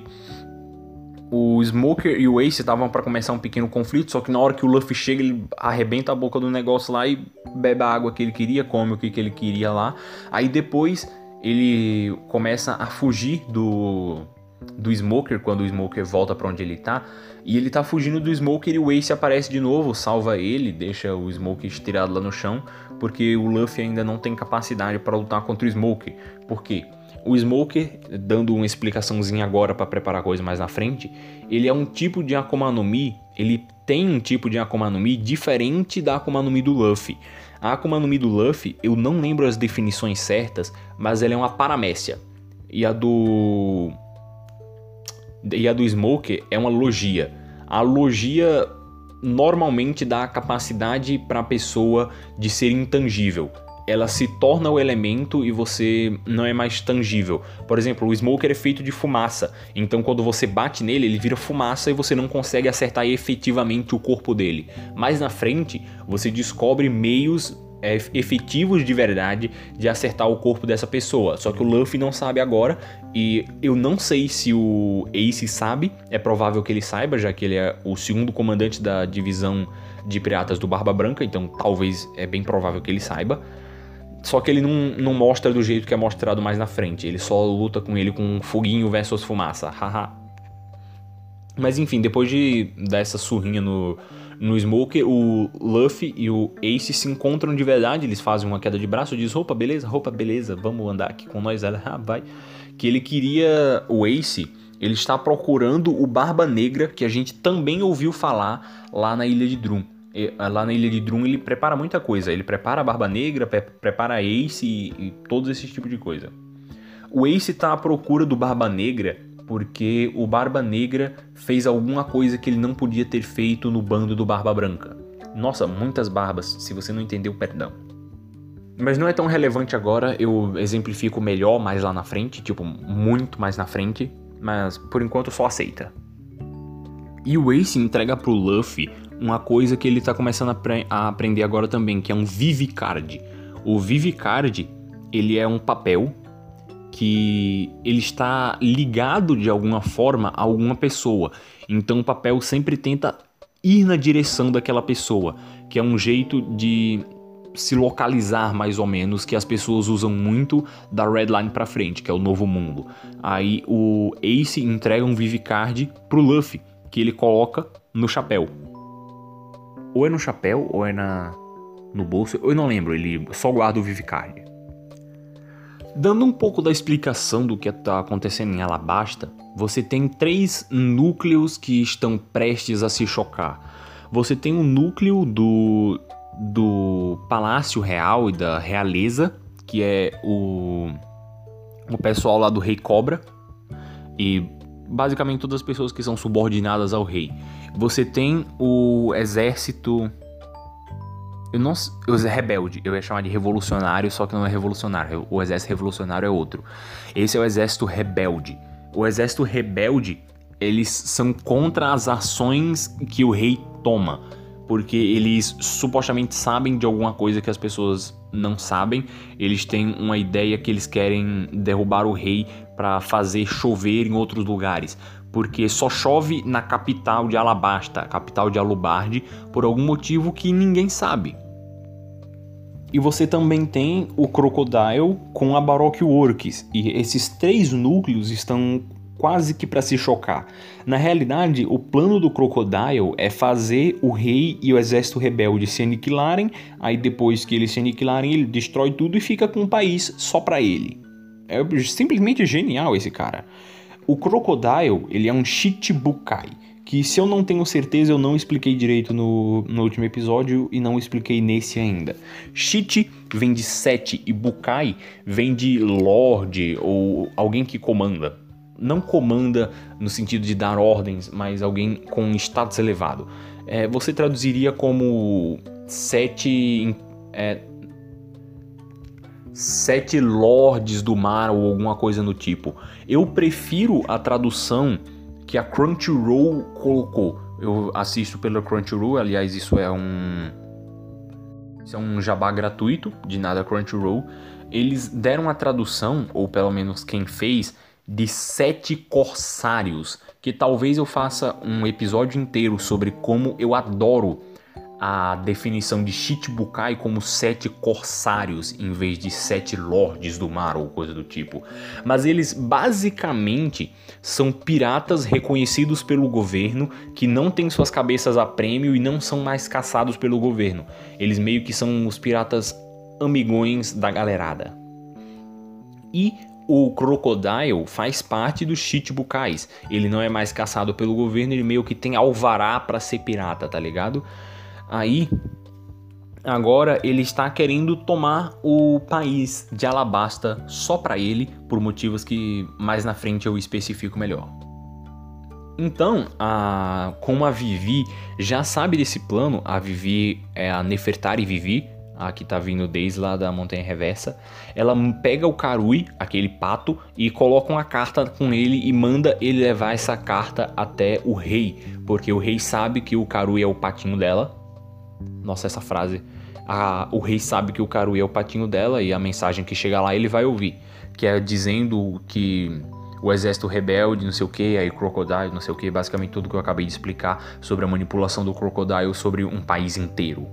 o Smoker e o Ace estavam para começar um pequeno conflito, só que na hora que o Luffy chega, ele arrebenta a boca do negócio lá e bebe a água que ele queria, come o que ele queria lá. Aí depois ele começa a fugir do, do Smoker quando o Smoker volta para onde ele tá. E ele tá fugindo do Smoker e o Ace aparece de novo, salva ele, deixa o Smoker estirado lá no chão, porque o Luffy ainda não tem capacidade para lutar contra o Smoker. Por quê? O Smoker, dando uma explicaçãozinha agora para preparar a coisa mais na frente, ele é um tipo de Akuma no Mi, ele tem um tipo de Akuma no Mi diferente da Akuma no Mi do Luffy. A Akuma no Mi do Luffy, eu não lembro as definições certas, mas ela é uma paramécia. E a do... E a do Smoker é uma logia. A logia normalmente dá a capacidade para a pessoa de ser intangível. Ela se torna o elemento e você não é mais tangível. Por exemplo, o Smoker é feito de fumaça. Então quando você bate nele, ele vira fumaça e você não consegue acertar efetivamente o corpo dele. Mais na frente, você descobre meios é, efetivos de verdade de acertar o corpo dessa pessoa. Só que o Luffy não sabe agora. E eu não sei se o Ace sabe. É provável que ele saiba, já que ele é o segundo comandante da divisão de piratas do Barba Branca. Então talvez é bem provável que ele saiba. Só que ele não, não mostra do jeito que é mostrado mais na frente. Ele só luta com ele com foguinho versus fumaça. Haha. Mas enfim, depois de dar essa surrinha no, no Smoker, o Luffy e o Ace se encontram de verdade. Eles fazem uma queda de braço. Diz, roupa, beleza? Roupa, beleza. Vamos andar aqui com nós. Ela, ah, vai. Que ele queria... O Ace, ele está procurando o Barba Negra, que a gente também ouviu falar lá na Ilha de Drum. Lá na Ilha de Drum ele prepara muita coisa. Ele prepara a Barba Negra, pre- prepara a Ace e, e todos esses tipos de coisa. O Ace tá à procura do Barba Negra porque o Barba Negra fez alguma coisa que ele não podia ter feito no bando do Barba Branca. Nossa, muitas barbas, se você não entendeu, perdão. Mas não é tão relevante agora, eu exemplifico melhor mais lá na frente, tipo, muito mais na frente, mas por enquanto só aceita. E o Ace entrega pro Luffy uma coisa que ele tá começando a, pre- a aprender agora também, que é um Vivicard. O Vivicard, ele é um papel que ele está ligado de alguma forma a alguma pessoa. Então o papel sempre tenta ir na direção daquela pessoa, que é um jeito de se localizar mais ou menos, que as pessoas usam muito da Red Line pra frente, que é o Novo Mundo. Aí o Ace entrega um Vivicard pro Luffy, que ele coloca no chapéu. Ou é no chapéu, ou é na, no bolso, eu não lembro, ele só guarda o Vivicard. Dando um pouco da explicação do que está acontecendo em Alabasta, você tem três núcleos que estão prestes a se chocar. Você tem o núcleo do, do Palácio Real e da Realeza, que é o, o pessoal lá do Rei Cobra, e basicamente todas as pessoas que são subordinadas ao rei. Você tem o exército... Eu não eu, rebelde, eu ia chamar de revolucionário, só que não é revolucionário. O exército revolucionário é outro. Esse é o exército rebelde. O exército rebelde, eles são contra as ações que o rei toma, porque eles supostamente sabem de alguma coisa que as pessoas não sabem. Eles têm uma ideia que eles querem derrubar o rei para fazer chover em outros lugares, porque só chove na capital de Alabasta, a capital de Alubardi, por algum motivo que ninguém sabe. E você também tem o Crocodile com a Baroque Works, e esses três núcleos estão quase que para se chocar. Na realidade, o plano do Crocodile é fazer o rei e o exército rebelde se aniquilarem, aí depois que eles se aniquilarem, ele destrói tudo e fica com um país só para ele. É simplesmente genial esse cara. O Crocodile, ele é um Shichibukai, que, se eu não tenho certeza, eu não expliquei direito no, no último episódio e não expliquei nesse ainda. Shichi vem de sete e Bukai vem de Lorde ou alguém que comanda. Não comanda no sentido de dar ordens, mas alguém com status elevado. É, você traduziria como sete... É, sete lords do mar ou alguma coisa do tipo. Eu prefiro a tradução que a Crunchyroll colocou. Eu assisto pela Crunchyroll, aliás, isso é um isso é um jabá gratuito, de nada Crunchyroll. Eles deram a tradução, ou pelo menos quem fez, de sete corsários, que talvez eu faça um episódio inteiro sobre como eu adoro a definição de Shichibukai como sete corsários em vez de sete lordes do mar ou coisa do tipo. Mas eles basicamente são piratas reconhecidos pelo governo que não têm suas cabeças a prêmio e não são mais caçados pelo governo. Eles meio que são os piratas amigões da galerada. E o Crocodile faz parte dos Shichibukais. Ele não é mais caçado pelo governo, ele meio que tem alvará pra ser pirata, tá ligado? Aí, agora ele está querendo tomar o país de Alabasta só para ele, por motivos que mais na frente eu especifico melhor. Então, a, como a Vivi já sabe desse plano, a Vivi é a Nefertari Vivi, a que tá vindo desde lá da Montanha Reversa, ela pega o Karui, aquele pato, e coloca uma carta com ele e manda ele levar essa carta até o rei, porque o rei sabe que o Karui é o patinho dela. Nossa, essa frase. A, o rei sabe que o Karui é o patinho dela e a mensagem que chega lá ele vai ouvir. Que é dizendo que o exército rebelde, não sei o que, aí Crocodile, não sei o que, basicamente tudo que eu acabei de explicar sobre a manipulação do Crocodile sobre um país inteiro.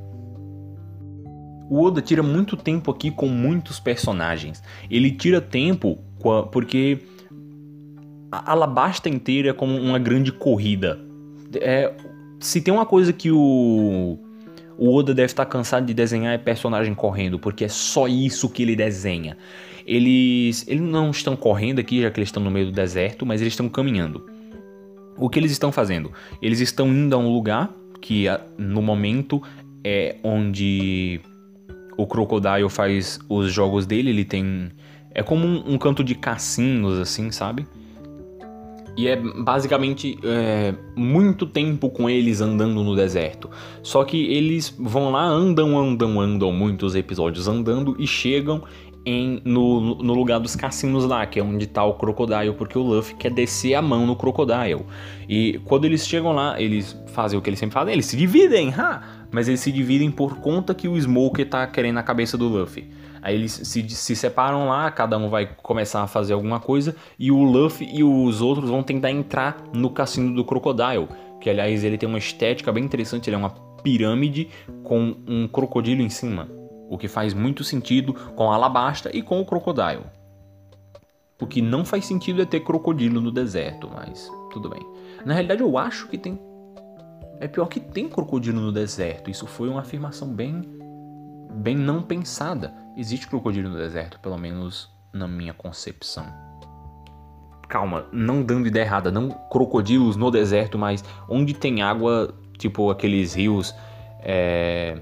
O Oda tira muito tempo aqui com muitos personagens. Ele tira tempo porque a Alabasta inteira é como uma grande corrida. É, se tem uma coisa que o... O Oda deve estar cansado de desenhar é personagem correndo, porque é só isso que ele desenha. Eles, eles não estão correndo aqui, já que eles estão no meio do deserto, mas eles estão caminhando. O que eles estão fazendo? Eles estão indo a um lugar que, no momento, é onde o Crocodile faz os jogos dele. Ele tem... É como um, um canto de cassinos, assim, sabe? E é basicamente é, muito tempo com eles andando no deserto. Só que eles vão lá, andam, andam, andam, muitos episódios andando e chegam em, no, no lugar dos cassinos lá, que é onde tá o Crocodile, porque o Luffy quer descer a mão no Crocodile. E quando eles chegam lá, eles fazem o que eles sempre fazem, eles se dividem, ha! Mas eles se dividem por conta que o Smoker tá querendo a cabeça do Luffy. Aí eles se, se separam lá, cada um vai começar a fazer alguma coisa e o Luffy e os outros vão tentar entrar no cassino do Crocodile, que aliás ele tem uma estética bem interessante, ele é uma pirâmide com um crocodilo em cima, o que faz muito sentido com a Alabasta e com o Crocodile. O que não faz sentido é ter crocodilo no deserto, mas tudo bem. Na realidade eu acho que tem... É pior que tem crocodilo no deserto, isso foi uma afirmação bem... bem não pensada. Existe crocodilo no deserto, pelo menos na minha concepção. Calma, não dando ideia errada, não crocodilos no deserto, mas onde tem água, tipo aqueles rios, é...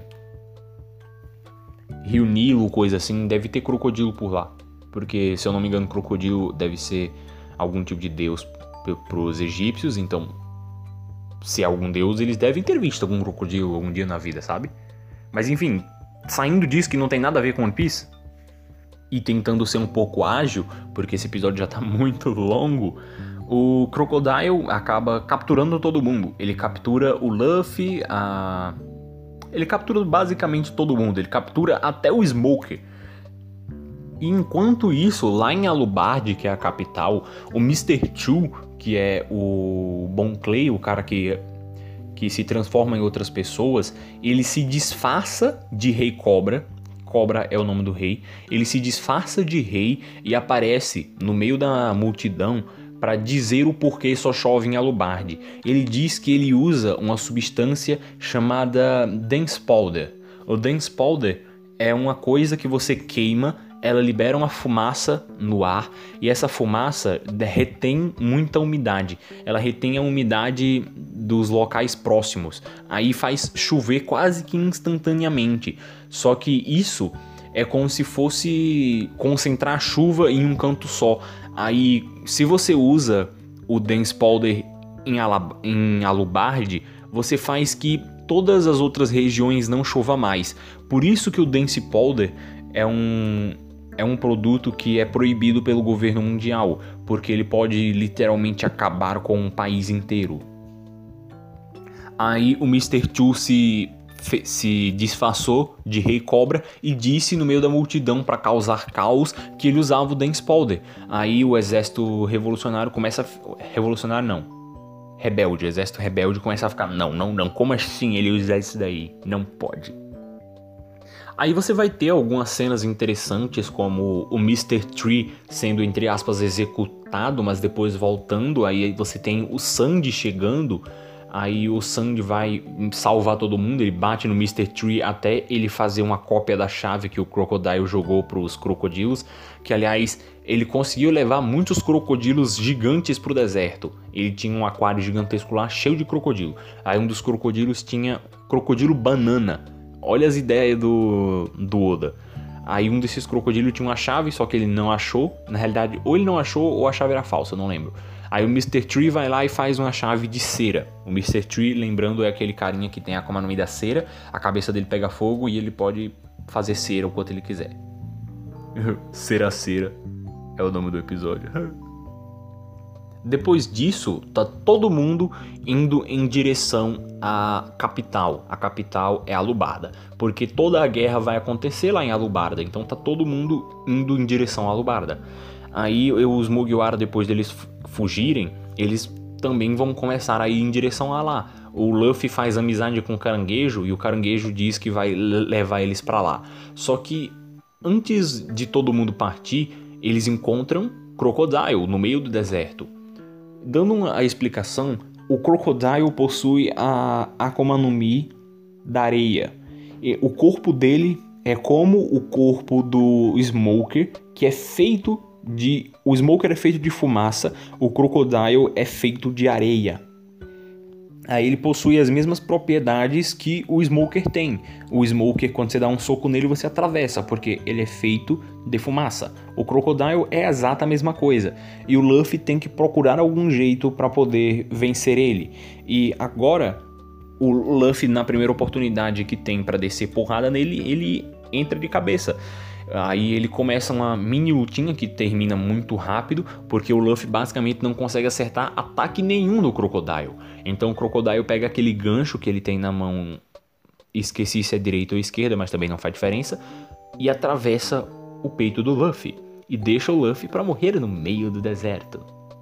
Rio Nilo, coisa assim, deve ter crocodilo por lá. Porque, se eu não me engano, crocodilo deve ser algum tipo de deus para os egípcios, então, se é algum deus, eles devem ter visto algum crocodilo algum dia na vida, sabe? Mas enfim... Saindo disso que não tem nada a ver com One Piece e tentando ser um pouco ágil, porque esse episódio já tá muito longo, o Crocodile acaba capturando todo mundo. Ele captura o Luffy, a... ele captura basicamente todo mundo, ele captura até o Smoker. E enquanto isso, lá em Alucard, que é a capital, o mister Two, que é o Bon Clay, o cara que... que se transforma em outras pessoas, ele se disfarça de Rei Cobra. Cobra é o nome do rei. Ele se disfarça de rei e aparece no meio da multidão para dizer o porquê só chove em Alucard. Ele diz que ele usa uma substância chamada Dance Powder. O Dance Powder é uma coisa que você queima ela libera uma fumaça no ar e essa fumaça retém muita umidade. Ela retém a umidade dos locais próximos. Aí faz chover quase que instantaneamente. Só que isso é como se fosse concentrar a chuva em um canto só. Aí, se você usa o Dance Powder em, Alab- em Alubarde, você faz que todas as outras regiões não chova mais. Por isso que o Dance Powder é um, é um produto que é proibido pelo governo mundial, porque ele pode literalmente acabar com um país inteiro. Aí o mister Two se, se disfarçou de Rei Cobra e disse no meio da multidão para causar caos que ele usava o Dance Powder. Aí o exército revolucionário começa a... Revolucionário não. Rebelde, o exército rebelde começa a ficar, não, não, não, como assim ele usa isso daí? Não pode. Aí você vai ter algumas cenas interessantes, como o mister Tree sendo, entre aspas, executado, mas depois voltando. Aí você tem o Sandy chegando, aí o Sandy vai salvar todo mundo, ele bate no mister Tree até ele fazer uma cópia da chave que o Crocodile jogou pros crocodilos, que aliás... ele conseguiu levar muitos crocodilos gigantes pro deserto. Ele tinha um aquário gigantesco lá, cheio de crocodilo. Aí um dos crocodilos tinha crocodilo banana. Olha as ideias do, do Oda. Aí um desses crocodilos tinha uma chave, só que ele não achou. Na realidade, ou ele não achou ou a chave era falsa, eu não lembro. Aí o mister Tree vai lá e faz uma chave de cera. O mister Tree, lembrando, é aquele carinha que tem a Akuma no Mi da cera. A cabeça dele pega fogo e ele pode fazer cera o quanto ele quiser. Cera cera. É o nome do episódio. Depois disso, tá todo mundo indo em direção à capital. A capital é Alubarda, porque toda a guerra vai acontecer lá em Alubarda. Então tá todo mundo indo em direção a Alubarda. Aí os Mugiwara, depois deles fugirem, eles também vão começar a ir em direção a lá. O Luffy faz amizade com o Caranguejo e o Caranguejo diz que vai levar eles pra lá. Só que antes de todo mundo partir, eles encontram Crocodile no meio do deserto. Dando uma, a explicação, o Crocodile possui a Akuma no Mi da areia. E o corpo dele é como o corpo do Smoker, que é feito de... O Smoker é feito de fumaça, o Crocodile é feito de areia. Aí ele possui as mesmas propriedades que o Smoker tem. O Smoker, quando você dá um soco nele, você atravessa, porque ele é feito de fumaça. O Crocodile é a exata mesma coisa. E o Luffy tem que procurar algum jeito para poder vencer ele. E agora, o Luffy, na primeira oportunidade que tem para descer porrada nele, ele entra de cabeça. Aí ele começa uma mini lutinha que termina muito rápido, porque o Luffy basicamente não consegue acertar ataque nenhum no Crocodile. Então o Crocodile pega aquele gancho que ele tem na mão, esqueci se é direita ou esquerda, mas também não faz diferença, e atravessa o peito do Luffy, e deixa o Luffy pra morrer no meio do deserto.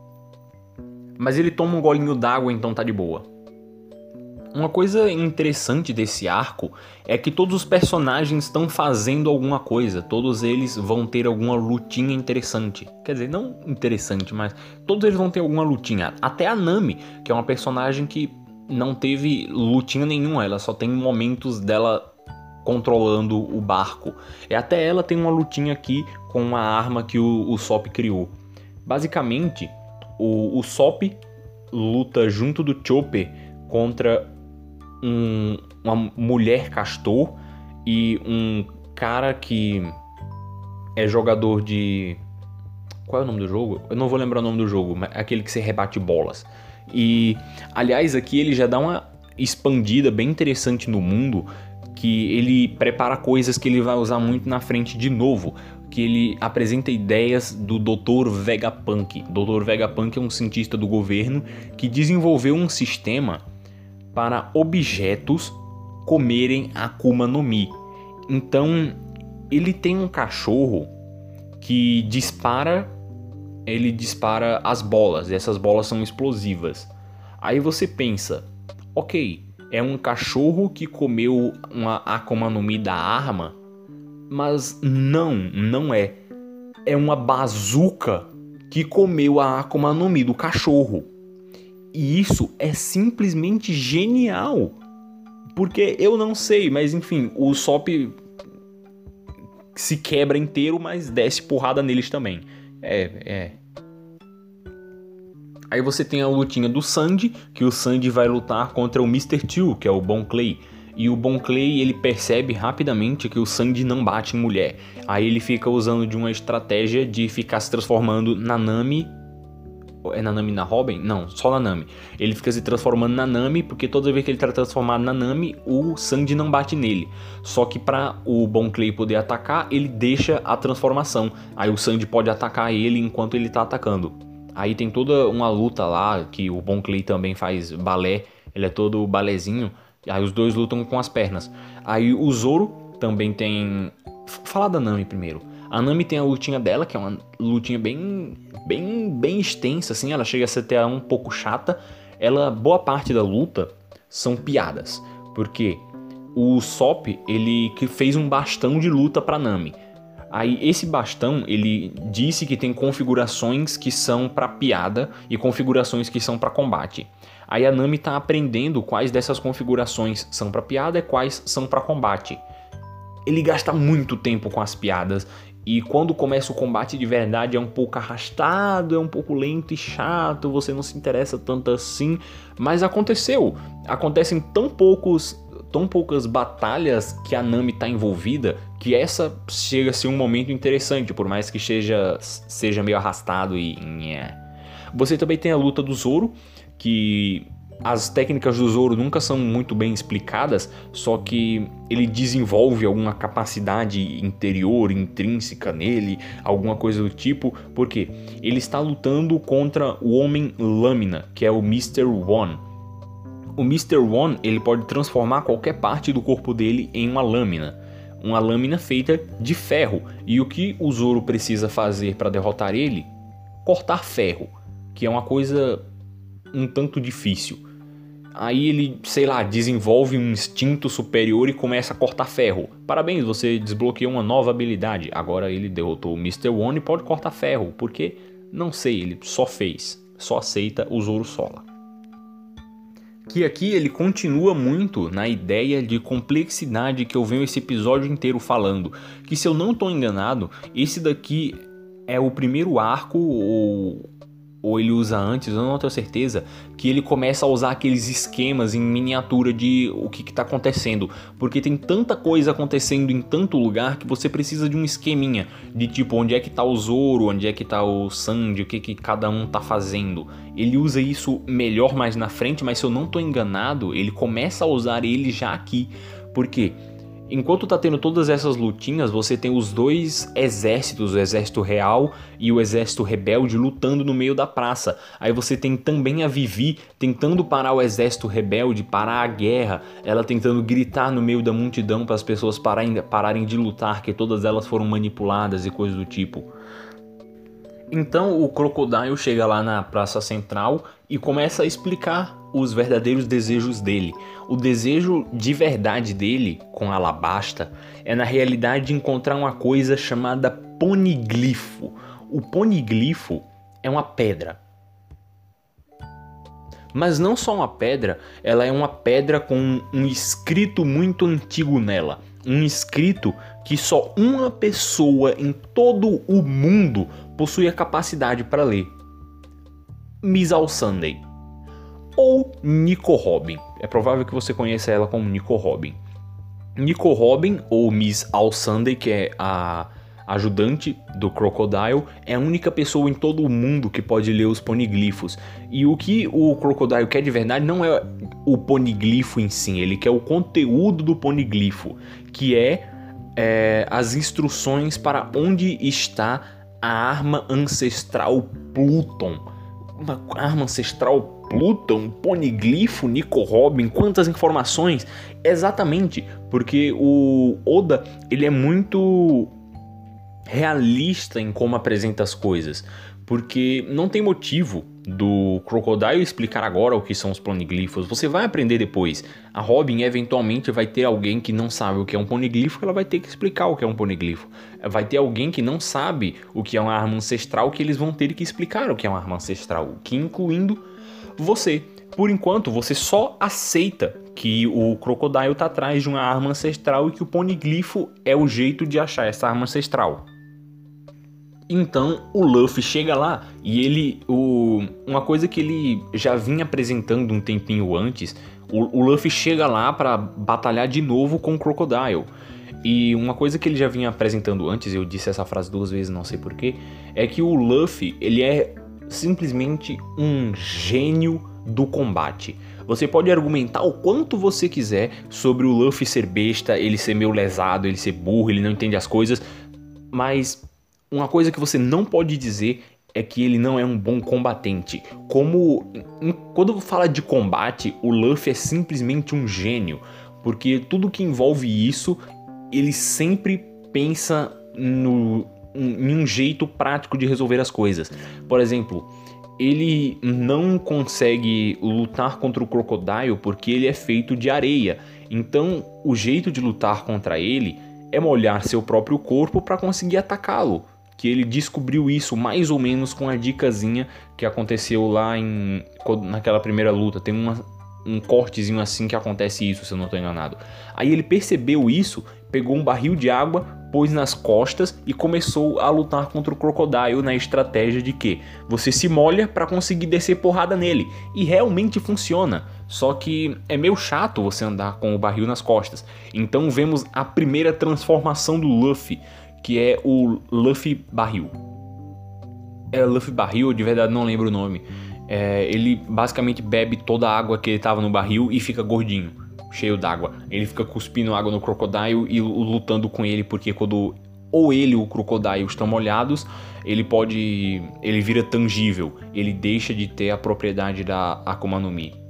Mas ele toma um golinho d'água, então tá de boa. Uma coisa interessante desse arco é que todos os personagens estão fazendo alguma coisa, todos eles vão ter alguma lutinha interessante. Quer dizer, não interessante, mas todos eles vão ter alguma lutinha. Até a Nami, que é uma personagem que não teve lutinha nenhuma, ela só tem momentos dela controlando o barco. E até ela tem uma lutinha aqui com uma arma que o, o Sop criou. Basicamente, o, o Sop luta junto do Chopper contra Um, uma mulher castor e um cara que é jogador de... Qual é o nome do jogo? Eu não vou lembrar o nome do jogo, mas é aquele que se rebate bolas. E, aliás, aqui ele já dá uma expandida bem interessante no mundo, que ele prepara coisas que ele vai usar muito na frente de novo, que ele apresenta ideias do doutor Vegapunk. O doutor Vegapunk é um cientista do governo que desenvolveu um sistema para objetos comerem a Akuma no Mi. Então, ele tem um cachorro que dispara, ele dispara as bolas, e essas bolas são explosivas. Aí você pensa, ok, é um cachorro que comeu uma Akuma no Mi da arma, mas não, não é. É uma bazuca que comeu a Akuma no Mi do cachorro. E isso é simplesmente genial. Porque eu não sei, mas enfim, o Sop se quebra inteiro, mas desce porrada neles também. É, é. Aí você tem a lutinha do Sandy, que o Sandy vai lutar contra o mister Two, que é o Bon Clay. E o Bon Clay, ele percebe rapidamente que o Sandy não bate em mulher. Aí ele fica usando de uma estratégia de ficar se transformando na Nami. É na Nami na Robin? Não, só na Nami. Ele fica se transformando na Nami, porque toda vez que ele tá transformado na Nami, o Sandy não bate nele. Só que pra o Bon Clay poder atacar, ele deixa a transformação. Aí o Sandy pode atacar ele enquanto ele tá atacando. Aí tem toda uma luta lá, que o Bon Clay também faz balé. Ele é todo balezinho. Aí os dois lutam com as pernas. Aí o Zoro também tem... Falar da Nami primeiro. A Nami tem a lutinha dela, que é uma lutinha bem, bem, bem extensa, assim. Ela chega a ser até um pouco chata. Ela, boa parte da luta são piadas. Porque o Sop, ele que fez um bastão de luta pra Nami. Aí esse bastão, ele disse que tem configurações que são pra piada e configurações que são pra combate. Aí a Nami tá aprendendo quais dessas configurações são pra piada e quais são pra combate. Ele gasta muito tempo com as piadas e quando começa o combate de verdade é um pouco arrastado, é um pouco lento e chato, você não se interessa tanto assim, mas aconteceu. Acontecem tão poucos... tão poucas batalhas que a Nami tá envolvida, que essa chega a ser um momento interessante, por mais que seja, seja meio arrastado e... Você também tem a luta do Zoro, que as técnicas do Zoro nunca são muito bem explicadas, só que ele desenvolve alguma capacidade interior, intrínseca nele, alguma coisa do tipo, porque ele está lutando contra o Homem Lâmina, que é o mister One. O mister One, ele pode transformar qualquer parte do corpo dele em uma lâmina. Uma lâmina feita de ferro. E o que o Zoro precisa fazer para derrotar ele? Cortar ferro. Que é uma coisa um tanto difícil. Aí ele, sei lá, desenvolve um instinto superior e começa a cortar ferro. Parabéns, você desbloqueou uma nova habilidade. Agora ele derrotou o mister One e pode cortar ferro. Porque, não sei, ele só fez. Só aceita o Zoro Sola. Que aqui ele continua muito na ideia de complexidade que eu venho esse episódio inteiro falando. Que se eu não estou enganado, esse daqui é o primeiro arco, ou, ou ele usa antes, eu não tenho certeza, que ele começa a usar aqueles esquemas em miniatura de o que está acontecendo. Porque tem tanta coisa acontecendo em tanto lugar que você precisa de um esqueminha. De tipo, onde é que está o Zoro, onde é que está o Sandy, o que, que cada um está fazendo. Ele usa isso melhor mais na frente, mas se eu não estou enganado, ele começa a usar ele já aqui. Por quê? Enquanto tá tendo todas essas lutinhas, você tem os dois exércitos, o exército real e o exército rebelde, lutando no meio da praça. Aí você tem também a Vivi tentando parar o exército rebelde, parar a guerra, ela tentando gritar no meio da multidão para as pessoas pararem, pararem de lutar, que todas elas foram manipuladas e coisas do tipo. Então o Crocodile chega lá na Praça Central e começa a explicar os verdadeiros desejos dele. O desejo de verdade dele, com Alabasta, é na realidade encontrar uma coisa chamada Poniglifo. O Poniglifo é uma pedra. Mas não só uma pedra, ela é uma pedra com um escrito muito antigo nela. Um escrito que só uma pessoa em todo o mundo possui a capacidade para ler. Miss All-Sunday. Ou Nico Robin. É provável que você conheça ela como Nico Robin. Nico Robin, ou Miss All-Sunday, que é a ajudante do Crocodile, é a única pessoa em todo o mundo que pode ler os poniglifos. E o que o Crocodile quer de verdade não é o poniglifo em si, ele quer o conteúdo do poniglifo, que é, é as instruções para onde está a arma ancestral Pluton. Uma arma ancestral Pluton, poniglifo, Nico Robin, quantas informações? Exatamente, porque o Oda, ele é muito realista em como apresenta as coisas, porque não tem motivo do Crocodile explicar agora o que são os poniglifos. Você vai aprender depois. A Robin eventualmente vai ter alguém que não sabe o que é um poniglifo, ela vai ter que explicar o que é um poniglifo. Vai ter alguém que não sabe o que é uma arma ancestral, que eles vão ter que explicar o que é uma arma ancestral, que incluindo você. Por enquanto, você só aceita que o Crocodile tá atrás de uma arma ancestral e que o Ponyglifo é o jeito de achar essa arma ancestral. Então o Luffy chega lá e ele... O, uma coisa que ele já vinha apresentando um tempinho antes, o, o Luffy chega lá pra batalhar de novo com o Crocodile. E uma coisa que ele já vinha apresentando antes, eu disse essa frase duas vezes, não sei porquê, é que o Luffy, ele é simplesmente um gênio do combate. Você pode argumentar o quanto você quiser sobre o Luffy ser besta, ele ser meio lesado, ele ser burro, ele não entende as coisas, mas uma coisa que você não pode dizer é que ele não é um bom combatente. Como quando fala de combate, o Luffy é simplesmente um gênio, porque tudo que envolve isso, ele sempre pensa no, em um jeito prático de resolver as coisas. Por exemplo, ele não consegue lutar contra o Crocodile porque ele é feito de areia. Então, o jeito de lutar contra ele é molhar seu próprio corpo para conseguir atacá-lo. Que ele descobriu isso mais ou menos com a dicasinha que aconteceu lá em, naquela primeira luta. Tem uma, um cortezinho assim que acontece isso, se eu não estou enganado. Aí ele percebeu isso, pegou um barril de água, pôs nas costas e começou a lutar contra o Crocodile na estratégia de que você se molha para conseguir descer porrada nele. E realmente funciona, só que é meio chato você andar com o barril nas costas. Então vemos a primeira transformação do Luffy, que é o Luffy Barril. É Luffy Barril, de verdade não lembro o nome. É, ele basicamente bebe toda a água que ele tava no barril e fica gordinho, cheio d'água. Ele fica cuspindo água no Crocodile e lutando com ele, porque quando ou ele ou o Crocodile estão molhados, ele pode... ele vira tangível, ele deixa de ter a propriedade da Akuma no Mi.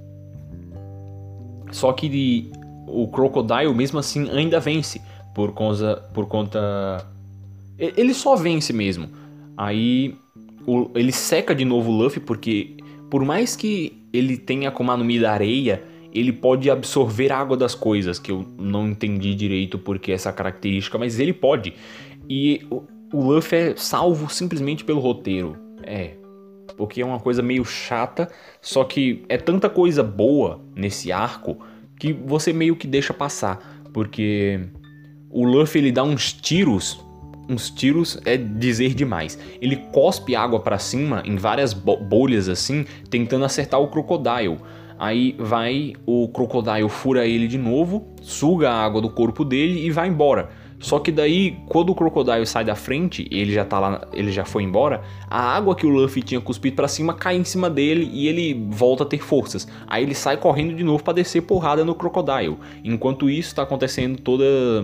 Só que de, o Crocodile mesmo assim ainda vence, por conta... Por conta ele só vence mesmo. Aí o, ele seca de novo o Luffy, porque por mais que ele tenha Akuma no Mi da areia, ele pode absorver a água das coisas, que eu não entendi direito porque essa característica, mas ele pode. E o, o Luffy é salvo simplesmente pelo roteiro. É, porque é uma coisa meio chata, só que é tanta coisa boa nesse arco que você meio que deixa passar. Porque o Luffy ele dá uns tiros... Uns tiros é dizer demais. Ele cospe água pra cima em várias bolhas assim, tentando acertar o Crocodile. Aí vai, o Crocodile fura ele de novo, suga a água do corpo dele e vai embora. Só que daí, quando o Crocodile sai da frente, ele já tá lá, ele já foi embora, a água que o Luffy tinha cuspido pra cima cai em cima dele e ele volta a ter forças. Aí ele sai correndo de novo pra descer porrada no Crocodile. Enquanto isso tá acontecendo toda...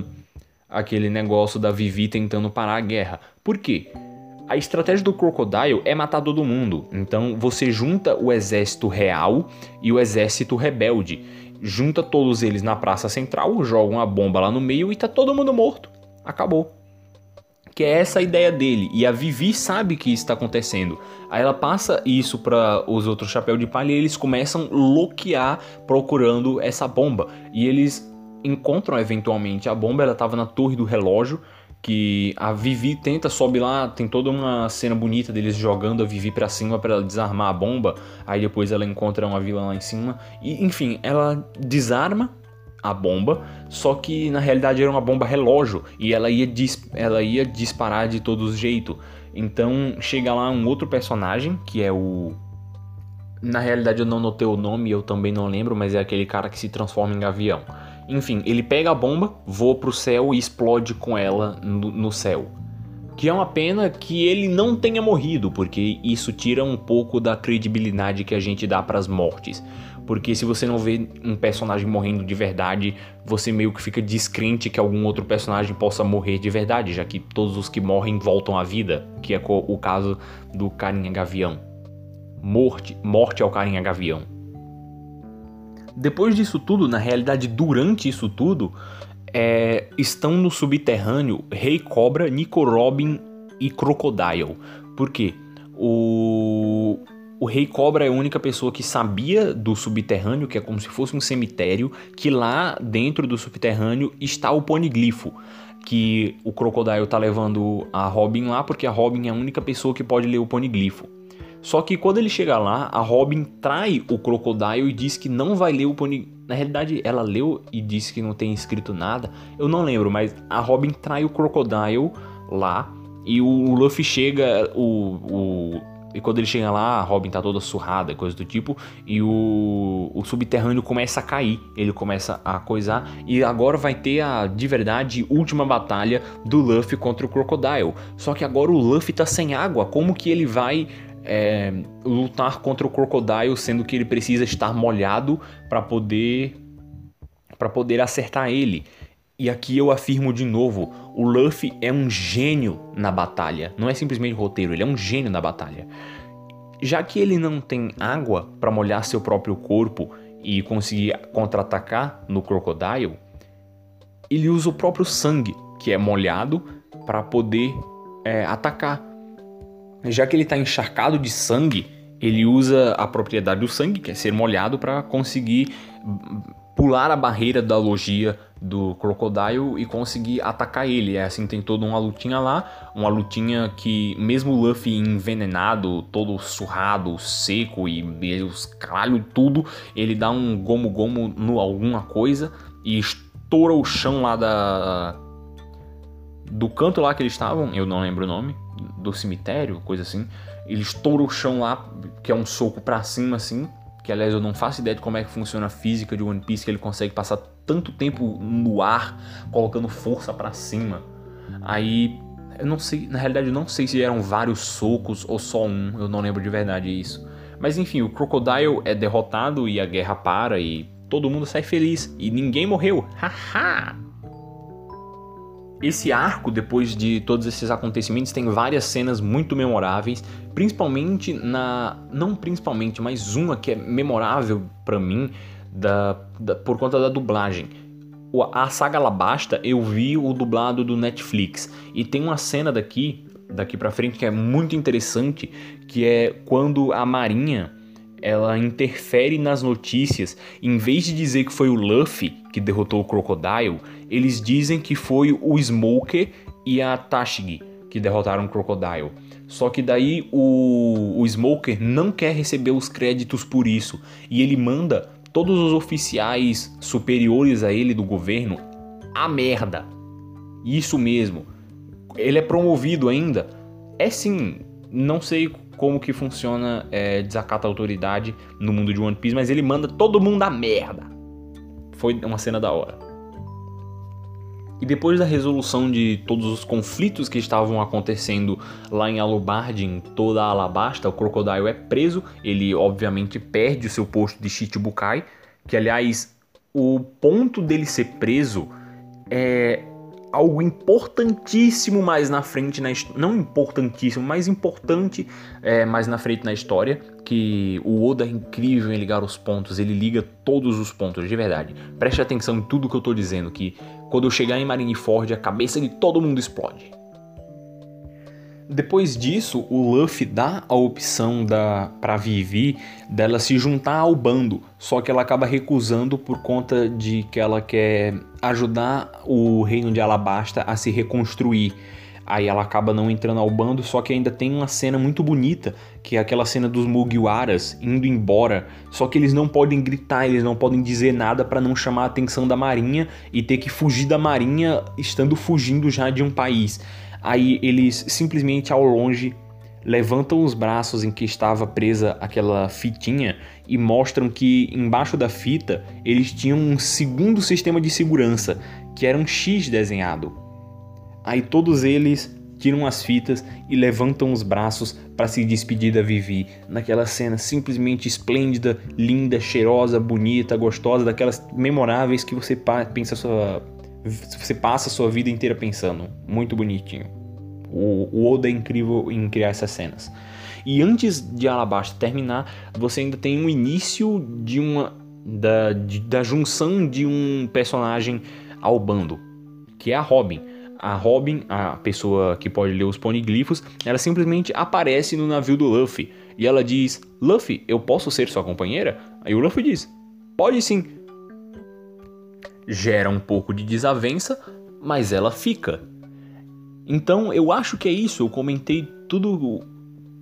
aquele negócio da Vivi tentando parar a guerra. Por quê? A estratégia do Crocodile é matar todo mundo. Então você junta o exército real e o exército rebelde. Junta todos eles na praça central, joga uma bomba lá no meio e tá todo mundo morto. Acabou. Que é essa a ideia dele. E a Vivi sabe que isso está acontecendo. Aí ela passa isso para os outros Chapéu de Palha e eles começam a loquear procurando essa bomba. E eles... encontram eventualmente a bomba, ela estava na torre do relógio, que a Vivi tenta, sobe lá, tem toda uma cena bonita deles jogando a Vivi pra cima para ela desarmar a bomba, aí depois ela encontra uma vilã lá em cima, e enfim, ela desarma a bomba, só que na realidade era uma bomba relógio, e ela ia, dis- ela ia disparar de todos os jeitos. Então chega lá um outro personagem, que é o... na realidade eu não notei o nome, eu também não lembro, mas é aquele cara que se transforma em gavião. Enfim, ele pega a bomba, voa pro céu e explode com ela no, no céu. Que é uma pena que ele não tenha morrido, porque isso tira um pouco da credibilidade que a gente dá pras mortes. Porque se você não vê um personagem morrendo de verdade, você meio que fica descrente que algum outro personagem possa morrer de verdade, já que todos os que morrem voltam à vida, que é o caso do Carinha Gavião. Morte, morte ao Carinha Gavião. Depois disso tudo, na realidade, durante isso tudo, é, estão no subterrâneo Rei Cobra, Nico Robin e Crocodile. Por quê? O, o Rei Cobra é a única pessoa que sabia do subterrâneo, que é como se fosse um cemitério, que lá dentro do subterrâneo está o Ponyglifo, que o Crocodile tá levando a Robin lá, porque a Robin é a única pessoa que pode ler o Ponyglifo. Só que quando ele chega lá, a Robin trai o Crocodile e diz que não vai ler o, pony... Na realidade, ela leu e disse que não tem escrito nada. Eu não lembro, mas a Robin trai o Crocodile lá. E o Luffy chega, o, o, e quando ele chega lá, a Robin tá toda surrada, coisa do tipo. E o, o subterrâneo começa a cair, ele começa a coisar. E agora vai ter a, de verdade, última batalha do Luffy contra o Crocodile. Só que agora o Luffy tá sem água, como que ele vai... É, lutar contra o Crocodile, sendo que ele precisa estar molhado para poder para poder acertar ele. E aqui eu afirmo de novo, o Luffy é um gênio na batalha, não é simplesmente roteiro, ele é um gênio na batalha. Já que ele não tem água para molhar seu próprio corpo e conseguir contra-atacar no Crocodile, ele usa o próprio sangue, que é molhado, para poder é, atacar. Já que ele está encharcado de sangue, ele usa a propriedade do sangue, que é ser molhado, para conseguir pular a barreira da logia do Crocodile e conseguir atacar ele. É assim, tem toda uma lutinha lá, uma lutinha que mesmo o Luffy envenenado, todo surrado, seco e, e os caralho tudo, ele dá um gomo gomo no alguma coisa e estoura o chão lá da... do canto lá que eles estavam, eu não lembro o nome, do cemitério, coisa assim. Ele estoura o chão lá, que é um soco pra cima assim, que aliás eu não faço ideia de como é que funciona a física de One Piece, que ele consegue passar tanto tempo no ar, colocando força pra cima. Aí, eu não sei, na realidade eu não sei se eram vários socos ou só um, eu não lembro de verdade isso. Mas enfim, o Crocodile é derrotado e a guerra para e todo mundo sai feliz e ninguém morreu. Haha! Esse arco, depois de todos esses acontecimentos, tem várias cenas muito memoráveis, principalmente na... não principalmente, mas uma que é memorável pra mim, da, da, por conta da dublagem. A saga Alabasta, eu vi o dublado do Netflix, e tem uma cena daqui, daqui pra frente, que é muito interessante, que é quando a Marinha... ela interfere nas notícias. Em vez de dizer que foi o Luffy que derrotou o Crocodile, eles dizem que foi o Smoker e a Tashigi que derrotaram o Crocodile. Só que daí o, o Smoker não quer receber os créditos por isso, e ele manda todos os oficiais superiores a ele do governo a merda. Isso mesmo. Ele é promovido ainda. É sim, não sei como que funciona é, desacato à autoridade no mundo de One Piece, mas ele manda todo mundo a merda. Foi uma cena da hora. E depois da resolução de todos os conflitos que estavam acontecendo lá em Alucard, em toda a Alabasta, o Crocodile é preso. Ele obviamente perde o seu posto de Shichibukai, que aliás, o ponto dele ser preso é algo importantíssimo mais na frente, na hist- não importantíssimo, mas importante é, mais na frente na história, que o Oda é incrível em ligar os pontos, ele liga todos os pontos, de verdade. Preste atenção em tudo que eu tô dizendo, que quando eu chegar em Marineford, a cabeça de todo mundo explode. Depois disso, o Luffy dá a opção da, pra Vivi dela se juntar ao bando, só que ela acaba recusando por conta de que ela quer ajudar o reino de Alabasta a se reconstruir. Aí ela acaba não entrando ao bando, só que ainda tem uma cena muito bonita, que é aquela cena dos Mugiwaras indo embora, só que eles não podem gritar, eles não podem dizer nada para não chamar a atenção da marinha e ter que fugir da marinha estando fugindo já de um país. Aí eles simplesmente ao longe levantam os braços em que estava presa aquela fitinha e mostram que embaixo da fita eles tinham um segundo sistema de segurança, que era um X desenhado. Aí todos eles tiram as fitas e levantam os braços para se despedir da Vivi, naquela cena simplesmente esplêndida, linda, cheirosa, bonita, gostosa, daquelas memoráveis que você pensa sua você passa a sua vida inteira pensando. Muito bonitinho. O, o Oda é incrível em criar essas cenas. E antes de Alabasta terminar, você ainda tem um início de uma da, de, da junção de um personagem ao bando, que é a Robin. A Robin, a pessoa que pode ler os poniglifos, ela simplesmente aparece no navio do Luffy. E ela diz: Luffy, eu posso ser sua companheira? Aí o Luffy diz: pode sim. Gera um pouco de desavença, mas ela fica. Então eu acho que é isso, eu comentei tudo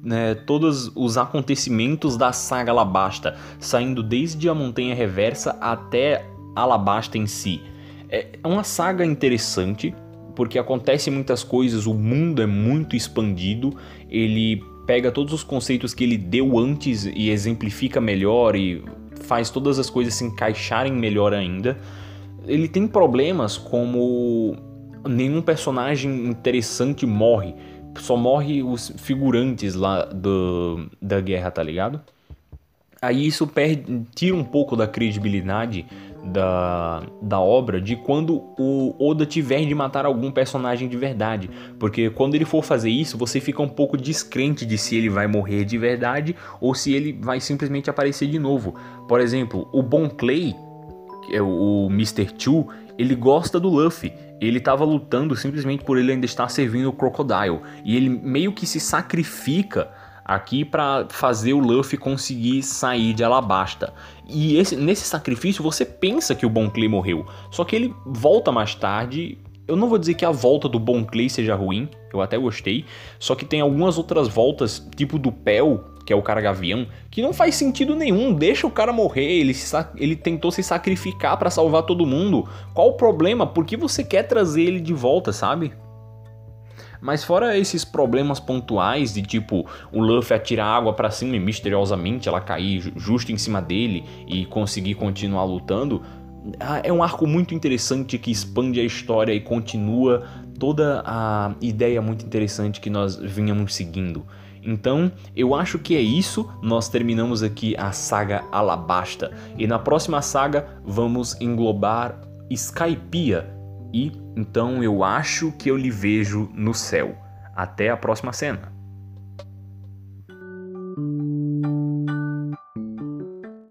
né, todos os acontecimentos da saga Alabasta, saindo desde a Montanha Reversa até Alabasta em si. É uma saga interessante, porque acontece muitas coisas, o mundo é muito expandido, ele pega todos os conceitos que ele deu antes e exemplifica melhor e faz todas as coisas se encaixarem melhor ainda. Ele tem problemas como nenhum personagem interessante morre, só morre os figurantes lá do, da guerra, tá ligado? Aí isso perde, tira um pouco da credibilidade da, da obra de quando o Oda tiver de matar algum personagem de verdade. Porque quando ele for fazer isso, você fica um pouco descrente de se ele vai morrer de verdade ou se ele vai simplesmente aparecer de novo. Por exemplo, o Bon Clay, que é o mister Two, ele gosta do Luffy. Ele estava lutando simplesmente por ele ainda estar servindo o Crocodile. E ele meio que se sacrifica aqui para fazer o Luffy conseguir sair de Alabasta. E esse, nesse sacrifício você pensa que o Bon Clay morreu, só que ele volta mais tarde. Eu não vou dizer que a volta do Bon Clay seja ruim, eu até gostei, só que tem algumas outras voltas, tipo do Pel, que é o cara gavião, que não faz sentido nenhum. Deixa o cara morrer, ele, se, ele tentou se sacrificar para salvar todo mundo. Qual o problema? Por que você quer trazer ele de volta, sabe? Mas fora esses problemas pontuais de tipo o Luffy atirar água pra cima e misteriosamente ela cair justo em cima dele e conseguir continuar lutando, é um arco muito interessante que expande a história e continua toda a ideia muito interessante que nós vinhamos seguindo. Então, eu acho que é isso, nós terminamos aqui a saga Alabasta e na próxima saga vamos englobar Skypiea. E então eu acho que eu lhe vejo no céu. Até a próxima cena.